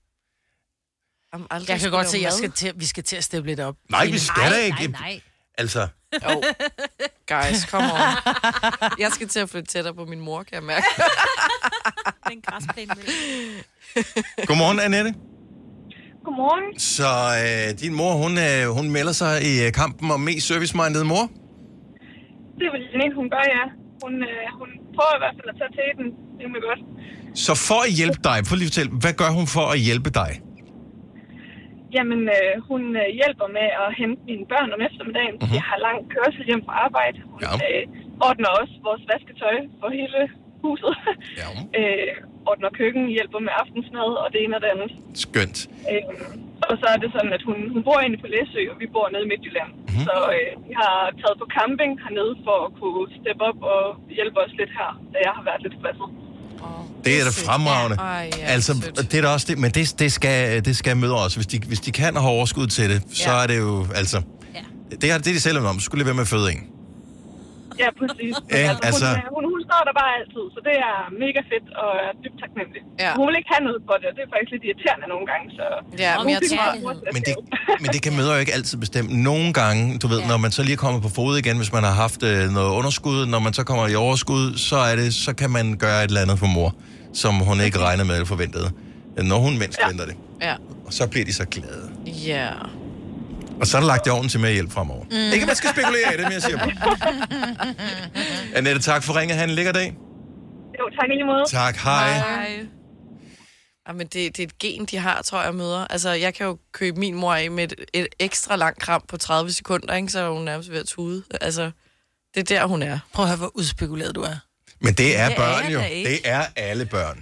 Jeg kan godt se, at vi skal til at steppe lidt op. Nej, vi skal da ikke. Nej. Altså. Jo. Guys, come on. Jeg skal til at flytte tættere på min mor, kan jeg mærke. En græsplæne. Godmorgen, Annette. Godmorgen. Så din mor, hun melder sig i kampen om mest service-minded mor? Det vil jeg sige, hun gør, ja. Hun prøver i hvert fald at tage til den. Det er godt. Så for at hjælpe dig, prøv lige at fortælle, hvad gør hun for at hjælpe dig? Jamen, hun hjælper med at hente mine børn om eftermiddagen. Jeg har lang kørsel hjem fra arbejde. Hun ordner også vores vasketøj for hele huset. Ordner køkken, hjælper med aftensmad og det ene og det andet. Skønt. Og så er det sådan, at hun bor inde på Læsø, og vi bor nede i Midtjylland. Så vi har taget på camping hernede for at kunne steppe op og hjælpe os lidt her, da jeg har været lidt stresset. Det er da fremragende. Altså, det er da også det, men det skal møde os. Hvis de kan have overskud til det, så er det jo, altså... Det er de selv om, så skulle det være med at føde en. Ja, præcis. Hun står der bare altid, så det er mega fedt og er dybt taknemmelig. Ja. Hun vil ikke have noget for det, og det er faktisk lidt irriterende nogle gange. Så men jeg tror... Men det kan møder jo ikke altid bestemme. Nogle gange, du ved, når man så lige kommer på fod igen, hvis man har haft noget underskud, når man så kommer i overskud, så kan man gøre et eller andet for mor, som hun ikke regner med eller forventede, når hun mindst venter det. Ja. Og så bliver de så glade. Ja. Og så er der lagt i ovnen til mere hjælp fremover. Ikke, man skal spekulere i det, men jeg siger bare. Annette, tak for ringet. Ha' en lækker dag. Jo, tak i lige måde. Tak, hej. Jamen, det er et gen, de har, tror jeg, møder. Altså, jeg kan jo købe min mor af med et ekstra langt kram på 30 sekunder, ikke? Så er hun nærmest ved at tude. Altså, det er der, hun er. Prøv at høre, hvor udspekuleret du er. Men det er børn jo. Det er alle børn.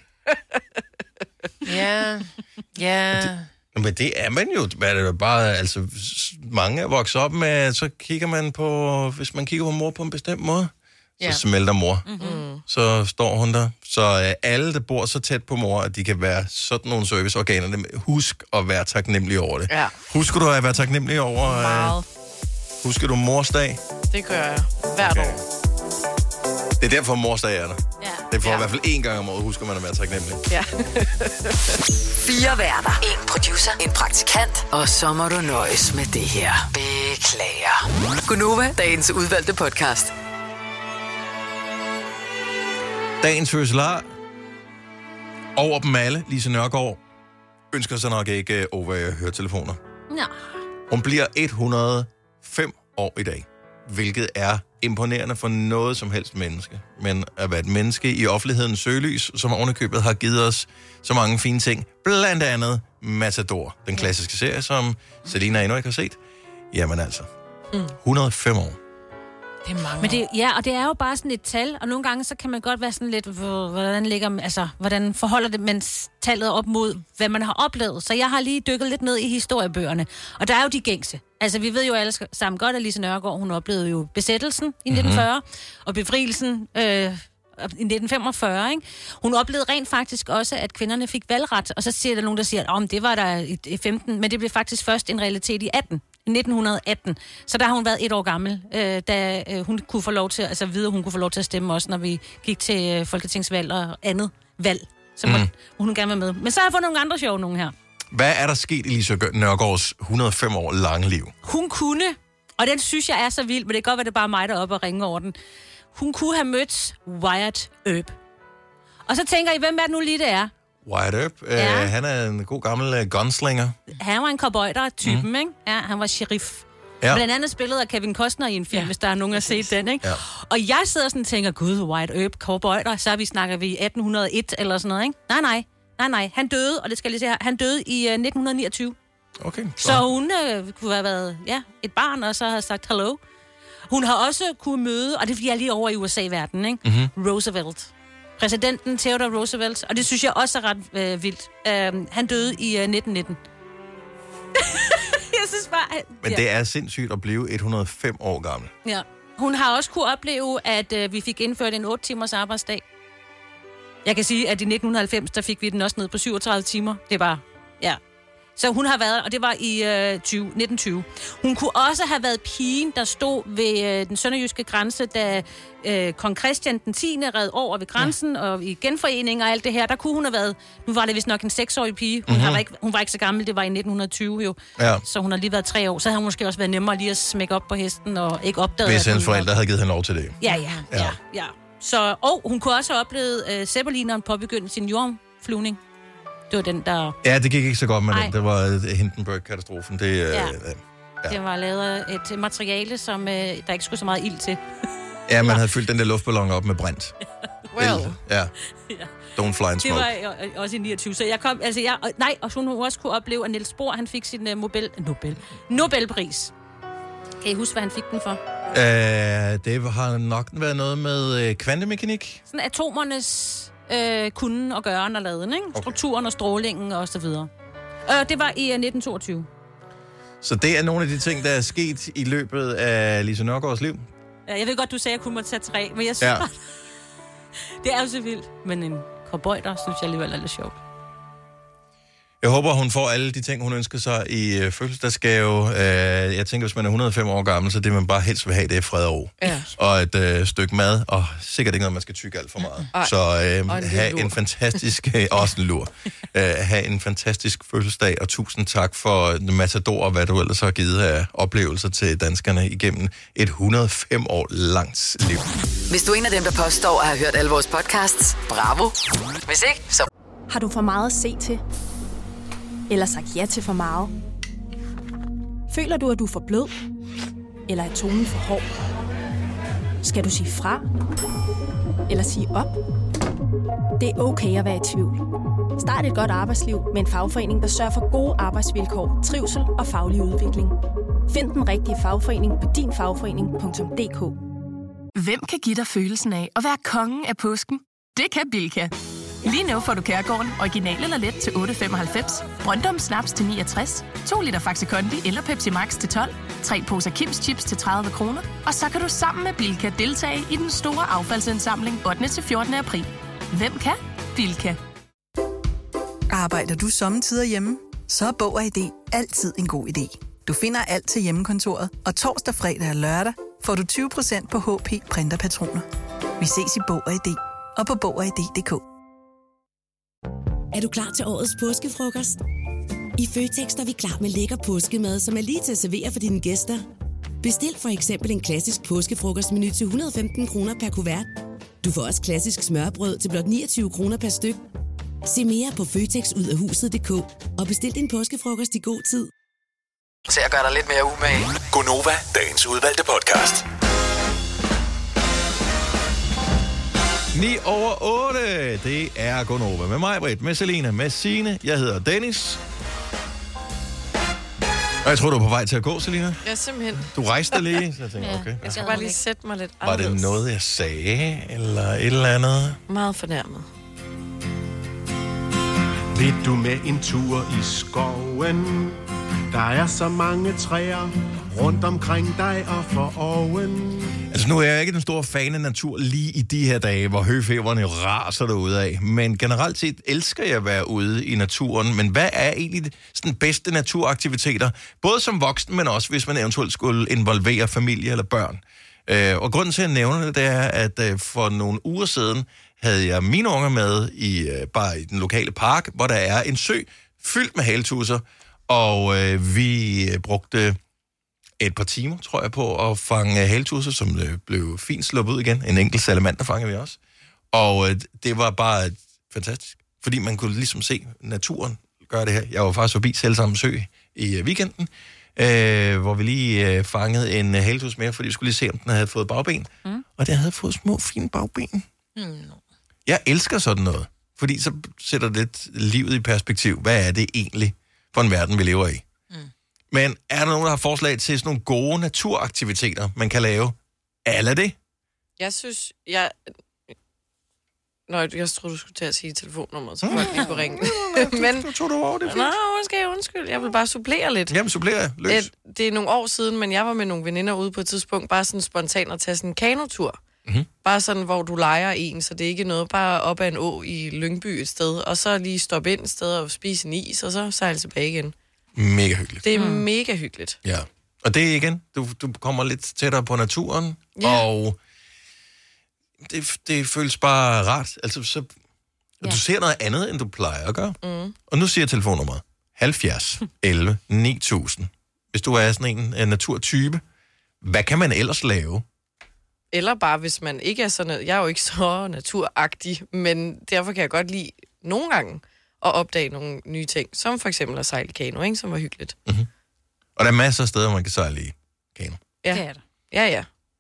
Ja. Men det er man jo. Hvad er det bare, altså, mange er vokset op med, så kigger man på, hvis man kigger på mor på en bestemt måde, så smelter mor. Mm-hmm. Så står hun der. Så alle, der bor så tæt på mor, at de kan være sådan nogle serviceorganer, husk at være taknemmelig over det. Ja. Husker du at være taknemmelig over... Meget. Husker du morsdag? Det gør jeg. Hvert år. Det er derfor morsdag er der. Ja. Det er for i hvert fald 1 gang om året, husker man at være taknemmelig. Ja. 4 værter. 1 producer. 1 praktikant. Og så må du nøjes med det her. Beklager. Gunova, dagens udvalgte podcast. Dagens fødselar. Over dem alle, Lise Nørgaard, ønsker sig nok ikke over høretelefoner. Nå. Hun bliver 105 år i dag, hvilket er imponerende for noget som helst menneske. Men at være et menneske i offentlighedens søgelys, som ovenikøbet har givet os så mange fine ting, blandt andet Matador, den klassiske serie, som Selina endnu ikke har set. Jamen altså, 105 år. Det er mange Men det, ja, og det er jo bare sådan et tal, og nogle gange så kan man godt være sådan lidt, hvordan forholder det man tallet op mod, hvad man har oplevet. Så jeg har lige dykket lidt ned i historiebøgerne, og der er jo de gængse. Altså, vi ved jo alle sammen godt, at Lise Nørgaard, hun oplevede jo besættelsen i 1940, og befrielsen i 1945, ikke? Hun oplevede rent faktisk også, at kvinderne fik valgret, og så siger der nogen, der siger, at det var der i 15, men det blev faktisk først en realitet i 1918. Så der har hun været 1 år gammel, da hun kunne få lov til, altså vide, hun kunne få lov til at stemme også, når vi gik til folketingsvalg og andet valg. Så må hun gerne være med. Men så har jeg fået nogle andre sjove nogen her. Hvad er der sket i Lise Nørgaards 105 år lange liv? Hun kunne, og den synes jeg er så vild, men det kan godt være, det er bare mig, der er oppe og ringer over den. Hun kunne have mødt Wyatt Earp. Og så tænker I, hvem er det nu lige, det er? Wyatt Earp, han er en god gammel gunslinger. Han var en cowboyder-typen, ikke? Ja, han var sheriff. Ja. Blandt andet spillet af Kevin Costner i en film, hvis der er nogen, der har set den, ikke? Ja. Og jeg sidder sådan og tænker, gud, Wyatt Earp, cowboyder, så snakker vi 1801 eller sådan noget, ikke? Nej. Han døde, og det skal jeg lige se her, han døde i 1929. Okay. Så hun kunne have været et barn, og så har sagt hello. Hun har også kunne møde, og det er lige over i USA-verdenen, ikke? Mm-hmm. Roosevelt. Præsidenten Theodore Roosevelt, og det synes jeg også er ret vildt. Han døde i 1919. Jeg synes bare... Men det er sindssygt at blive 105 år gammel. Ja. Hun har også kunne opleve, at vi fik indført en 8-timers arbejdsdag. Jeg kan sige, at i 1990, der fik vi den også ned på 37 timer. Det var... Ja. Så hun har været, og det var i 1920. Hun kunne også have været pigen, der stod ved den sønderjyske grænse, da kong Christian den 10. red over ved grænsen, og i genforening og alt det her. Der kunne hun have været, nu var det vist nok en 6-årig pige. Hun var ikke så gammel, det var i 1920 jo. Ja. Så hun har lige været 3 år. Så havde hun måske også været nemmere lige at smække op på hesten og ikke opdaget. Hvis hendes forældre havde givet hende lov til det. Ja. Så, og hun kunne også have oplevet Zeppelineren påbegynde sin jordflyvning. Det var den, der... Ja, det gik ikke så godt med den. Det var Hindenburg-katastrofen. Det var lavet af et materiale, som der ikke skulle så meget ild til. Ja, man havde fyldt den der luftballon op med brint. Well. Ja. Don't fly and smoke. Det var også i 29. Så jeg kom... Altså, og hun også kunne opleve, at Niels Bohr, han fik sin Nobelpris. Kan I huske, hvad han fik den for? Det har nok været noget med kvantemekanik. Sådan atomernes... kunden og gøren og laden, ikke? Okay. Strukturen og strålingen og så videre. Det var i 1922. Så det er nogle af de ting, der er sket i løbet af Lise Nørgaards liv? Ja, jeg ved godt, du sagde, at jeg kun måtte tage 3, men jeg synes det er jo så vildt. Men en cowboyder, synes jeg alligevel er lidt sjovt. Jeg håber, hun får alle de ting, hun ønsker sig i fødselsdagsgave. Jeg tænker, hvis man er 105 år gammel, så det man bare helst vil have, det er fred og ro. Ja. Og et stykke mad, og sikkert ikke noget, man skal tykke alt for meget. Så have en fantastisk... også en lur. Have en fantastisk fødselsdag, og tusind tak for Matador, og hvad du ellers har givet af oplevelser til danskerne igennem et 105 år langt liv. Hvis du er en af dem, der påstår at have hørt alle vores podcasts, bravo. Hvis ikke, så... Har du for meget at se til? Eller sagt ja til for meget? Føler du, at du er for blød? Eller er tonen for hård? Skal du sige fra? Eller sige op? Det er okay at være i tvivl. Start et godt arbejdsliv med en fagforening, der sørger for gode arbejdsvilkår, trivsel og faglig udvikling. Find den rigtige fagforening på dinfagforening.dk. Hvem kan give dig følelsen af at være kongen af påsken? Det kan Bilka. Lige nu får du Kærgården original eller let til 8,95, Brøndum Snaps til 69, 2 liter Faxi Kondi eller Pepsi Max til 12, 3 poser Kims Chips til 30 kroner, og så kan du sammen med Bilka deltage i den store affaldsindsamling 8. til 14. april. Hvem kan? Bilka. Arbejder du sommetider hjemme? Så er Bog og ID altid en god idé. Du finder alt til hjemmekontoret, og torsdag, fredag og lørdag får du 20% på HP printerpatroner. Vi ses i Bog og ID og på Bog og ID.dk. Er du klar til årets påskefrokost? I Føtex er vi klar med lækker påskemad, som er lige til at servere for dine gæster. Bestil for eksempel en klassisk påskefrokostmenu til 115 kroner per kuvert. Du får også klassisk smørbrød til blot 29 kroner per styk. Se mere på føtexudafhuset.dk og bestil din påskefrokost i god tid. Så jeg gør dig lidt mere umage. Gonova, dagens udvalgte podcast. 9 over 8, det er Gonova. Med mig, Britt, med Selina, med Signe. Jeg hedder Dennis. Og jeg tror, du er på vej til at gå, Selina. Ja, simpelthen. Du rejste lige, så jeg tænkte, okay. Jeg skal bare lige sætte mig lidt Var det noget, jeg sagde, eller et eller andet? Meget fornærmet. Vil du med en tur i skoven? Der er så mange træer rundt omkring dig og for oven. Altså nu er jeg ikke den store fan af natur lige i de her dage, hvor høfeberne raser derude af. Men generelt set elsker jeg at være ude i naturen. Men hvad er egentlig sådan bedste naturaktiviteter? Både som voksen, men også hvis man eventuelt skulle involvere familie eller børn. Og grunden til at nævne det er, at for nogle uger siden havde jeg mine unger med bare i den lokale park, hvor der er en sø fyldt med haletusser. Og vi brugte et par timer, tror jeg, på at fange haletusser, som blev fint sluppet ud igen. En enkelt salamander fangede vi også. Og det var bare fantastisk, fordi man kunne ligesom se naturen gøre det her. Jeg var faktisk forbi Selvsamme Sø i weekenden, hvor vi lige fangede en haletus mere, fordi vi skulle lige se, om den havde fået bagben. Og den havde fået små, fine bagben. Jeg elsker sådan noget, fordi så sætter det lidt livet i perspektiv. Hvad er det egentlig for en verden, vi lever i? Men er der nogen, der har forslag til sådan nogle gode naturaktiviteter, man kan lave? Alle det? Jeg synes, jeg troede, du skulle til at sige telefonnummeret, så folk lige kunne ringe. Men du tog over det. Undskyld. Jeg vil bare supplere lidt. Jamen, supplere. Løs. Det er nogle år siden, men jeg var med nogle veninder ude på et tidspunkt, bare sådan spontant at tage sådan en kanotur. Bare sådan, hvor du leger en, så det er ikke noget, bare op ad en å i Lyngby et sted, og så lige stoppe ind et sted og spise en is, og så sejle tilbage igen. Mega hyggeligt. Det er mega hyggeligt. Ja. Og det er igen, du kommer lidt tættere på naturen, og det føles bare rart. Altså, så, du ser noget andet, end du plejer at gøre. Og nu siger jeg telefonnummeret. 70 11 9000. Hvis du er sådan en naturtype, hvad kan man ellers lave? Eller bare, hvis man ikke er sådan... Jeg er jo ikke så naturagtig, men derfor kan jeg godt lide nogle gange at opdage nogle nye ting, som for eksempel at sejle kano, ikke? Som var hyggeligt. Og der er masser af steder, man kan sejle i kano. Ja. Det er der. Ja.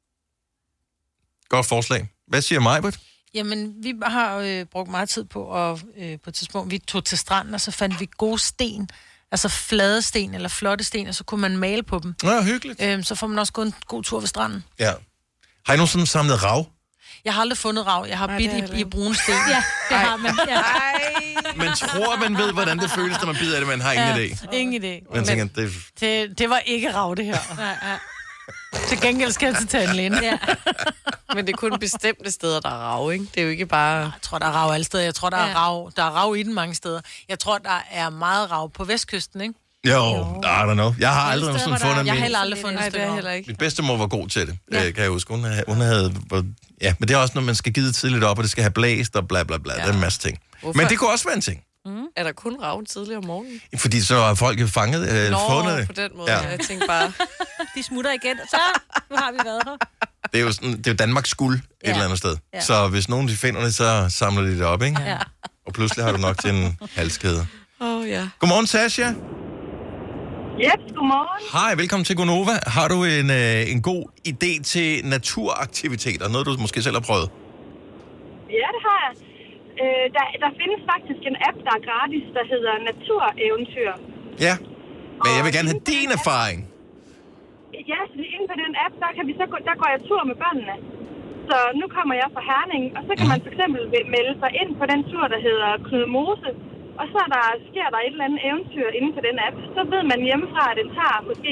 Godt forslag. Hvad siger Majbert? Jamen, vi har brugt meget tid på, at på et tidspunkt, vi tog til stranden, og så fandt vi gode sten, altså flade sten eller flotte sten, og så kunne man male på dem. Ja, hyggeligt. Så får man også gået en god tur ved stranden. Ja. Har I nogensinde samlet rav? Jeg har aldrig fundet rav. Jeg har bidt i brune sten. Ja, det har man. Ja. Man tror, man ved, hvordan det føles, når man bider af det, man har ingen idé. Ingen idé. Man tænker, det var ikke rav, det her. Nej. Til gengæld skal jeg til tandlægen. Ja. Men det er kun bestemte steder, der er rav, ikke? Det er jo ikke bare... Jeg tror, der er rav alle steder. Jeg tror, der er rav i den mange steder. Jeg tror, der er meget rav på vestkysten, ikke? Jo, I don't know. Jeg har aldrig sådan fundet min... Jeg har heller aldrig fundet det heller ikke. Min bedstemor var god til det, kan jeg huske. Hun havde... Ja, men det er også, når man skal give tidligt op, og det skal have blæst og bla bla bla. Ja. Det er en masse ting. Hvorfor? Men det kunne også være en ting. Er der kun rav tidligere om morgenen? Fordi så har folk jo fanget fundet det. På den måde. Ja. Jeg tænkte bare... De smutter igen, så nu har vi været her. Det er jo, sådan, det er jo Danmarks guld et eller andet sted. Ja. Så hvis nogen de finder det, så samler de det op, ikke? Ja. Og pludselig har du nok til en halskæde. Ja. Godmorgen, Sasha. Yep, godmorgen. Hej, velkommen til Gonova. Har du en god idé til naturaktiviteter? Noget, du måske selv har prøvet? Ja, det har jeg. Der findes faktisk en app, der er gratis, der hedder Natureventyr. Ja, men jeg vil gerne have din erfaring. Ja, så inde på den app, der går jeg tur med børnene. Så nu kommer jeg fra Herning, og så kan man for eksempel melde sig ind på den tur, der hedder Knudmose. Og så sker der et eller andet eventyr inden for den app. Så ved man hjemmefra, at den tager måske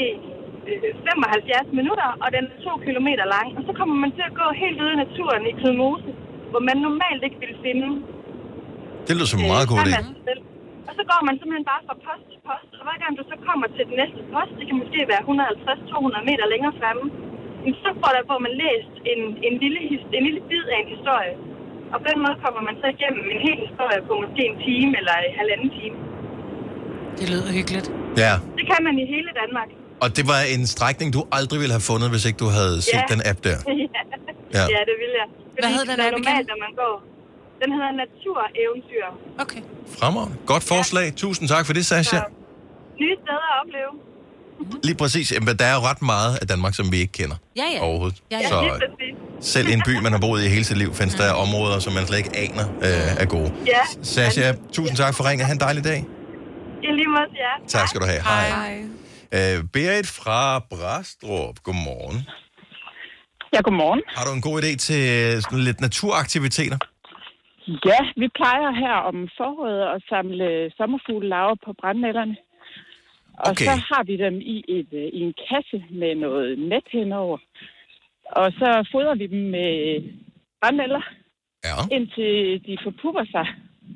75 minutter, og den er 2 kilometer lang. Og så kommer man til at gå helt ude i naturen i Knudmose, hvor man normalt ikke ville finde. Det lyder som en meget god idé. Og så går man simpelthen bare fra post til post. Og hver gang du så kommer til den næste post, det kan måske være 150-200 meter længere fremme, så får man læst en lille bid af en historie. Og på den måde kommer man så igennem en hel historie på måske en time eller halvanden time. Det lyder hyggeligt. Ja. Det kan man i hele Danmark. Og det var en strækning, du aldrig ville have fundet, hvis ikke du havde set den app der. Ja, det ville jeg. Hvad hedder den app normalt, når man går. Den hedder Natureventyr. Okay. Fremragende. Godt forslag. Tusind tak for det, Sasha. Ja. Nye steder at opleve. Lige præcis. Men der er jo ret meget af Danmark, som vi ikke kender overhovedet. Så selv i en by, man har boet i hele sit liv, findes der områder, som man slet ikke aner er gode. Ja. Sasha, tusind tak for ringet. Ha' en dejlig dag. I lige måde, ja. Tak skal du have. Hej. Berit fra Brastrup. Godmorgen. Ja, godmorgen. Har du en god idé til sådan lidt naturaktiviteter? Ja, vi plejer her om foråret at samle sommerfuglelarver på brandnælderne. Og så har vi dem i en kasse med noget net henover. Og så fodrer vi dem med brandnælder, indtil de forpupper sig.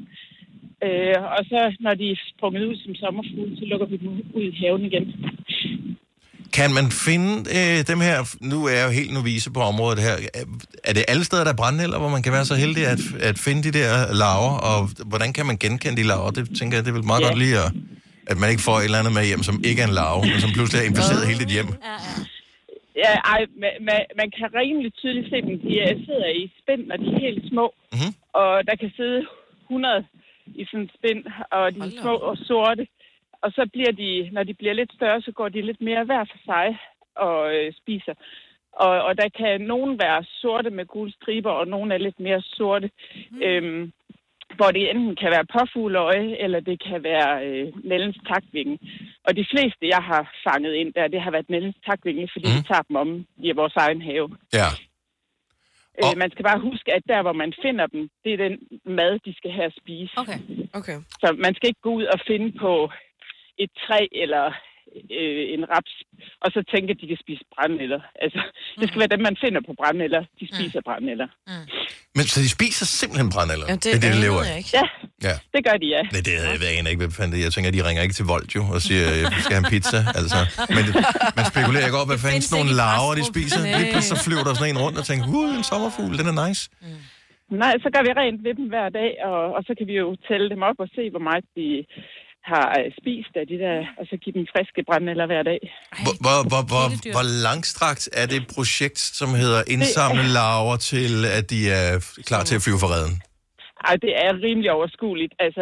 Og så, når de er sprunget ud som sommerfugle, så lukker vi dem ud i haven igen. Kan man finde dem her, nu er jeg jo helt novice på området her, er det alle steder, der er brandnælder, hvor man kan være så heldig at finde de der larver, og hvordan kan man genkende de larver? Det tænker jeg, det er vel meget godt lige at man ikke får et eller andet med hjem, som ikke er en larve, men som pludselig er inficeret hele dit hjem. Ja, man kan rimelig tydeligt se dem. De sidder i spind, når de er helt små, og der kan sidde 100 i sådan en spind, og de er små og sorte. Og så bliver de, når de bliver lidt større, så går de lidt mere hver for sig og spiser. Og der kan nogen være sorte med gule striber, og nogen er lidt mere sorte. Hvor det enten kan være påfugleøje, eller det kan være nældens takvinge. Og de fleste, jeg har fanget ind der, det har været nældens takvinge, fordi vi tager dem om i vores egen have. Ja. Man skal bare huske, at der, hvor man finder dem, det er den mad, de skal have at spise. Okay. Så man skal ikke gå ud og finde på et træ eller en raps, og så tænke, at de kan spise brandnælder. Altså, det skal være dem, man finder på brandnælder. De spiser brandnælder. Men så de spiser simpelthen brandnælder? Ja, det de lever af? Ja, det gør de, ja. Nej, det havde jeg ikke befandt. Jeg tænker, de ringer ikke til Volt jo, og siger, vi skal have en pizza. Altså. Men man spekulerer ikke op, hvad fanden sådan nogle larver, de spiser. Lige pludselig så flyver der sådan en rundt og tænker, en sommerfugl, den er nice. Nej, så gør vi rent ved dem hver dag, og så kan vi jo tælle dem op og se, hvor meget de har spist af de der, og så give dem friske brandnælder hver dag. Hvor langstrakt er det projekt, som hedder indsamle larver til, at de er klar til at flyve for redden? Ej, det er rimelig overskueligt. Altså,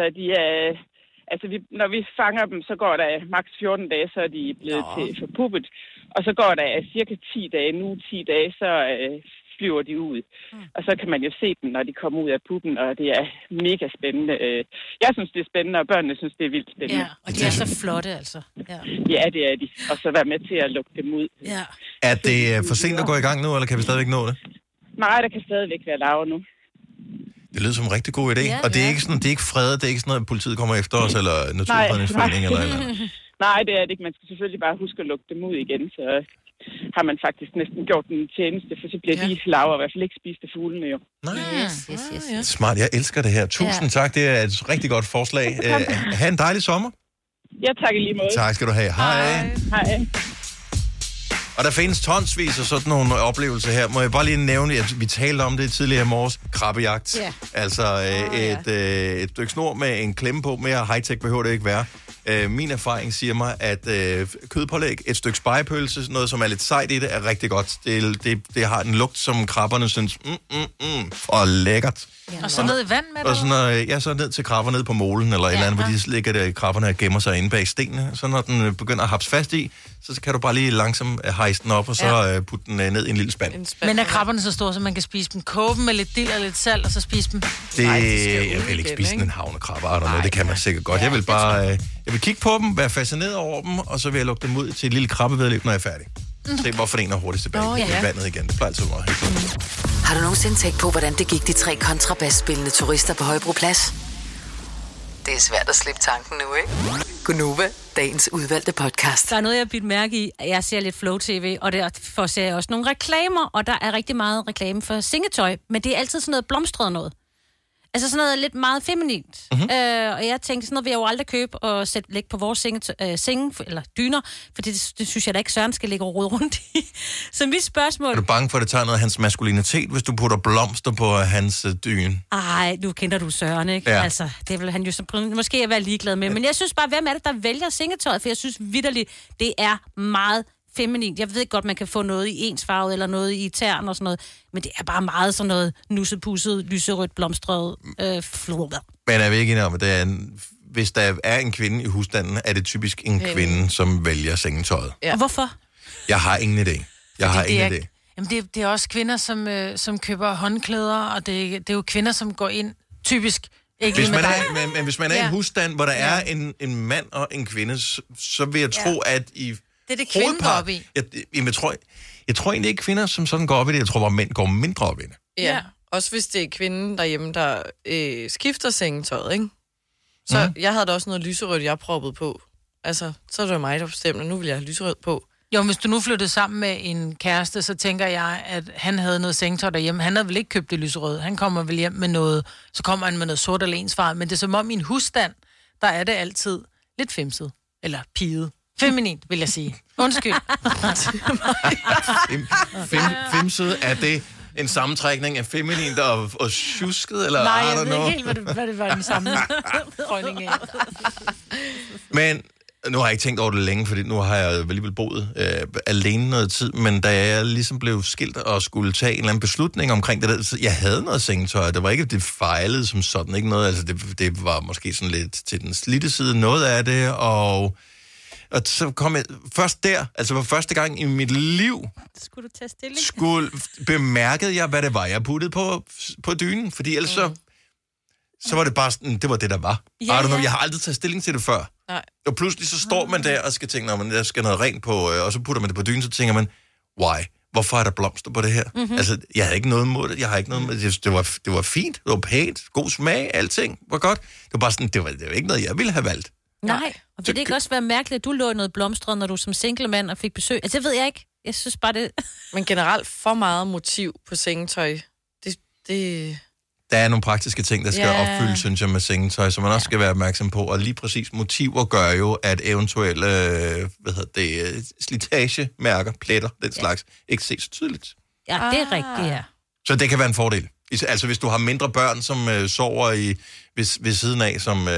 når vi fanger dem, så går der maks 14 dage, så er de blevet til forpuppet. Og så går der cirka 10 dage, nu 10 dage, så flyver de ud. Og så kan man jo se dem, når de kommer ud af puppen, og det er mega spændende. Jeg synes, det er spændende, og børnene synes, det er vildt spændende. Ja, og de er så flotte, altså. Ja, det er de. Og så være med til at lukke dem ud. Ja. Er det for sent at gå i gang nu, eller kan vi stadigvæk nå det? Nej, der kan stadigvæk være larver nu. Det lyder som en rigtig god idé. Og det er ikke sådan, det er ikke fredet, det er ikke sådan noget, at politiet kommer efter os, eller Naturfredningsforening eller noget. Nej, det er det ikke. Man skal selvfølgelig bare huske at lukke dem ud igen, så har man faktisk næsten gjort en tjeneste, for så bliver de larver i hvert fald ikke spist af fuglene jo. Nej. Yes. Smart, jeg elsker det her. Tusind tak, det er et rigtig godt forslag. Ha' en dejlig sommer. Ja, tak i lige måde. Tak skal du have. Hej. Hej. Og der findes tonsvis af sådan nogle oplevelser her. Må jeg bare lige nævne, at vi talte om det tidligere i morges. Krabbejagt. Yeah. Altså et stykke snor med en klemme på. Mere high-tech behøver det ikke være. Min erfaring siger mig, at kødpålæg, et stykke spegepølse, noget som er lidt sejt i det, er rigtig godt. Det har en lugt, som krabberne synes, og lækkert. Ja. Og så ned i vand med det? Og så ned til krabber ned på molen, eller et eller andet, hvor de ligger der, krabberne gemmer sig inde bag stenene. Så når den begynder at hapse fast i, så kan du bare lige langsomt hejse den op, og så putte den ned i en lille spand. Men er krabberne så store, så man kan spise dem? Koge dem med lidt dild og lidt salt, og så spise dem? Jeg vil ikke spise en havnekrabber, det kan man sikkert godt. Jeg vil bare... Jeg vil kigge på dem, være fascineret over dem, og så vil jeg lukke dem ud til et lille krabbevedløb, når jeg er færdig. Se, hvorfor en er hurtigst tilbage. I vandet igen. Det plejer altid meget hyggeligt. Har du nogensinde tænkt på, hvordan det gik de 3 kontrabasspillende turister på Højbroplads? Det er svært at slippe tanken nu, ikke? Gunova, dagens udvalgte podcast. Der er noget, jeg har bidt mærke i. Jeg ser lidt Flow TV, og derfor ser jeg også nogle reklamer, og der er rigtig meget reklame for sengetøj, men det er altid sådan noget blomstret noget. Altså sådan noget lidt meget feminint. Mm-hmm. Og jeg tænkte, sådan noget vil jeg jo aldrig købe og lægge på vores senge eller dyner, for det synes jeg da ikke, Søren skal ligge og rode rundt i. Så mit spørgsmål... Er du bange for, at det tager noget af hans maskulinitet, hvis du putter blomster på hans dyne? Ej, nu kender du Søren, ikke? Ja. Altså, det vil han jo måske være ligeglad med. Men jeg synes bare, hvem er det, der vælger sengetøjet? For jeg synes vitterligt, det er meget feminint. Jeg ved godt, man kan få noget i ensfarvet eller noget i tern og sådan noget, men det er bare meget sådan noget nussepusset, lyserødt, blomstret flor. Men er vi ikke enige om, at hvis der er en kvinde i husstanden, er det typisk en kvinde, som vælger sengetøjet? Ja. Og hvorfor? Jeg har ingen idé. Jamen det er også kvinder, som køber håndklæder, og det er jo kvinder, som går ind typisk. Ikke Men hvis man er i en husstand, hvor der er en mand og en kvinde, så vil jeg tro, at i det er det kvinden går op i. Jeg tror egentlig ikke kvinder, som sådan går op i det. Jeg tror bare, mænd går mindre op i det. Ja, også hvis det er kvinden derhjemme, der skifter sengetøjet, ikke? Så jeg havde da også noget lyserødt, jeg proppede på. Altså, så er det jo mig, der bestemmer, nu vil jeg have lyserødt på. Jo, hvis du nu flyttede sammen med en kæreste, så tænker jeg, at han havde noget sengetøj derhjemme. Han havde vel ikke købt det lyserøde. Han kommer vel hjem med noget, så kommer han med noget sort eller ensfarvet. Men det er som om i en husstand, der er det altid lidt femset. Eller piget. Feminint, vil jeg sige. Undskyld. Femset, er det en sammentrækning af feminint og tjusket? Eller nej, jeg ved ikke helt, hvad det var den samme røgning af. Men nu har jeg ikke tænkt over det længe, fordi nu har jeg alligevel boet alene noget tid, men da jeg ligesom blev skilt og skulle tage en eller anden beslutning omkring det der, så jeg havde noget sengetøj, det var ikke, det fejlede som sådan, ikke noget, altså det var måske sådan lidt til den slidte side, noget af det, og så kom jeg først der, altså for første gang i mit liv, skulle du tage stilling? Bemærkede jeg, hvad det var, jeg puttede på dynen, fordi ellers så var det bare sådan, det var det, der var. Ja. Jeg har aldrig taget stilling til det før. Nej. Og pludselig så står man der og skal tænke, når man der skal noget rent på, og så putter man det på dynen, så tænker man, why? Hvorfor er der blomster på det her? Mm-hmm. Altså, jeg havde ikke noget mod det, det var fint, det var pænt, god smag, alting var godt. Det var bare sådan, det var ikke noget, jeg ville have valgt. Nej, og vil det ikke også være mærkeligt, at du lå noget blomstret, når du som single mand og fik besøg? Altså, det ved jeg ikke. Jeg synes bare, det... Men generelt for meget motiv på sengetøj, det... Der er nogle praktiske ting, der skal opfyldes, synes jeg, med sengetøj, som man også skal være opmærksom på. Og lige præcis motiver gør jo, at eventuelle slitagemærker, pletter, den slags, ikke ses så tydeligt. Ja, det er rigtigt, ja. Så det kan være en fordel. Altså, hvis du har mindre børn, som sover ved siden af, som...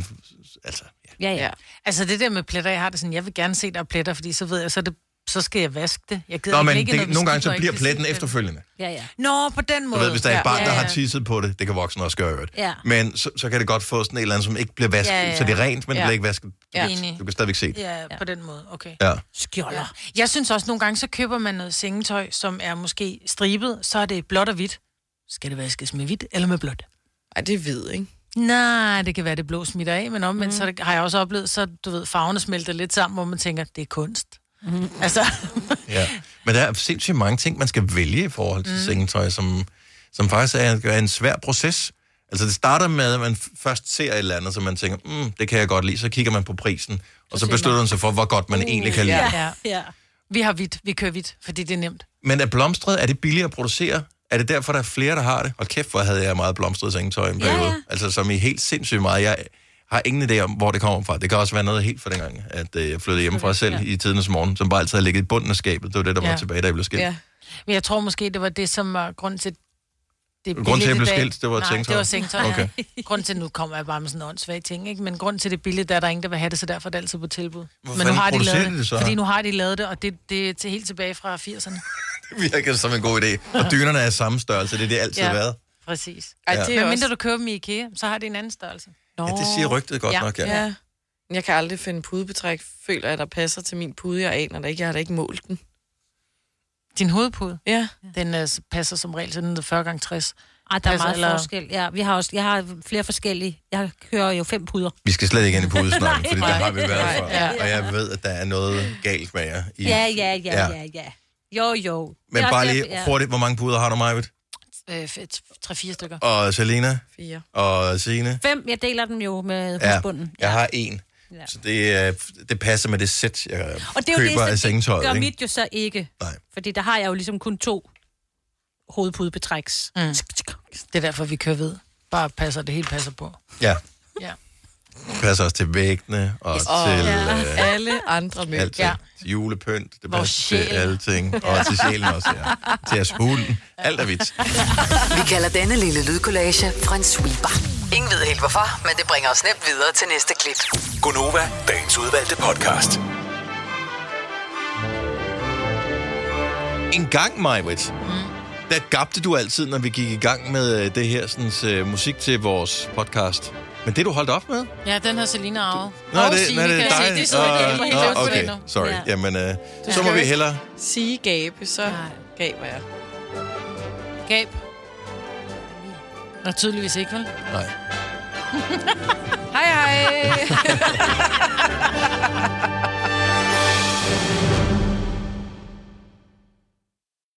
Ja. Altså, det der med pletter, jeg har det sådan, jeg vil gerne se, der er pletter, fordi så ved jeg, så skal jeg vaske det. Jeg gider men ikke nogle gange så bliver pletten efterfølgende. Ja. Nå, på den måde. Du ved, hvis der er et barn, der har tisset på det, det kan voksne også gøre øvrigt. Ja. Men så kan det godt få sådan et eller andet, som ikke bliver vasket, så det er rent, men det bliver ikke vasket. Du kan stadigvæk se det. Ja, på den måde, okay. Ja. Skjolder. Ja. Jeg synes også, nogle gange, så køber man noget sengetøj, som er måske stribet, så er det blåt og hvidt. Skal det vaskes med hvidt eller med blåt? Ej, det er hvid, ikke? Nej, det kan være, det blå smitter af, men omvendt, så har jeg også oplevet, så du ved, farverne smelter lidt sammen, hvor man tænker, det er kunst. Altså. Ja, men der er sindssygt mange ting, man skal vælge i forhold til sengetøj, som faktisk er en svær proces. Altså det starter med, at man først ser et eller andet, så man tænker, det kan jeg godt lide, så kigger man på prisen, og så beslutter man sig for, hvor godt man egentlig kan lide. Ja. Vi har hvidt, vi kører hvidt, fordi det er nemt. Men er blomstret, er det billigere at producere? Er det derfor, der er flere, der har det? Og kæft, hvor havde jeg meget blomstret sengetøj i en periode. Altså som i helt sindssygt meget. Jeg har ingen idé om, hvor det kommer fra. Det kan også være noget helt for dengang, at jeg flyttede hjemmefra selv i tidernes morgen, som bare altid havde ligget i bunden af skabet. Det var det, der var tilbage, da jeg blev skilt. Ja. Men jeg tror måske, det var det, som var grund til... Grunden til, at jeg blev skilt, det var sengetøj? Nej, det var sengetøj, okay. Grunden til, nu kommer jeg bare med sådan en åndssvag ting, ikke? Men grunden til, det billigt, der er der ingen, der vil have det, så derfor er det altid på tilbud. Hvorfor men nu har de lavet det så? Fordi nu har de lavet det, og det er til helt tilbage fra 80'erne. Det virker som en god idé. Og dynerne er samme størrelse, det altid har været. Præcis. Ja. Men mindre du køber dem i IKEA, så har det en anden størrelse. Ja, det siger rygtet godt nok, ja. Jeg kan aldrig finde pudebetræk, føler jeg, der passer til min pude. Jeg aner det ikke, jeg har da ikke målt den. Din hovedpude? Ja. Den passer som regel til den 40x60. Der er meget forskel. Ja, jeg har flere forskellige. Jeg kører jo 5 puder. Vi skal slet ikke ind i pudesnakken, fordi der har vi været for. Ja. Og jeg ved, at der er noget galt med jer. Ja. Jo. Men bare lige hurtigt, hvor mange puder har du, Majvidt? 3-4 stykker. Og Selina? 4. Og Signe? 5, jeg deler dem jo med husbunden. Jeg har 1. Ja. Så det passer med det sæt, jeg og det er køber jo af sengetøjet. Det gør mit jo så ikke. Nej. Fordi der har jeg jo ligesom kun 2 hovedpudebetræks. Det er derfor, vi kører ved. Bare passer, det hele passer på. Ja. Ja. Passer også til væggene og til alle andre møbler. Ja. Til julepynt, det passer til alting. Og til sjælen også, ja. Til jeres hunden. Alt er vidt. Vi kalder denne lille lydkollage en sweeper. Ingen ved helt hvorfor, men det bringer os nemt videre til næste klip. Gonova, dagens udvalgte podcast. En gang, Majbrit, der gabte du altid, når vi gik i gang med det her sådan, musik til vores podcast. Men det du holdt op med? Ja, den har Selina arvet. Nå, det er dig. Det så jeg helt okay, sorry. Ja. Jamen, så må vi hellere... Sige gabe, så gaber jeg. Gab. Nå, tydeligvis ikke, vel? Nej. Hej.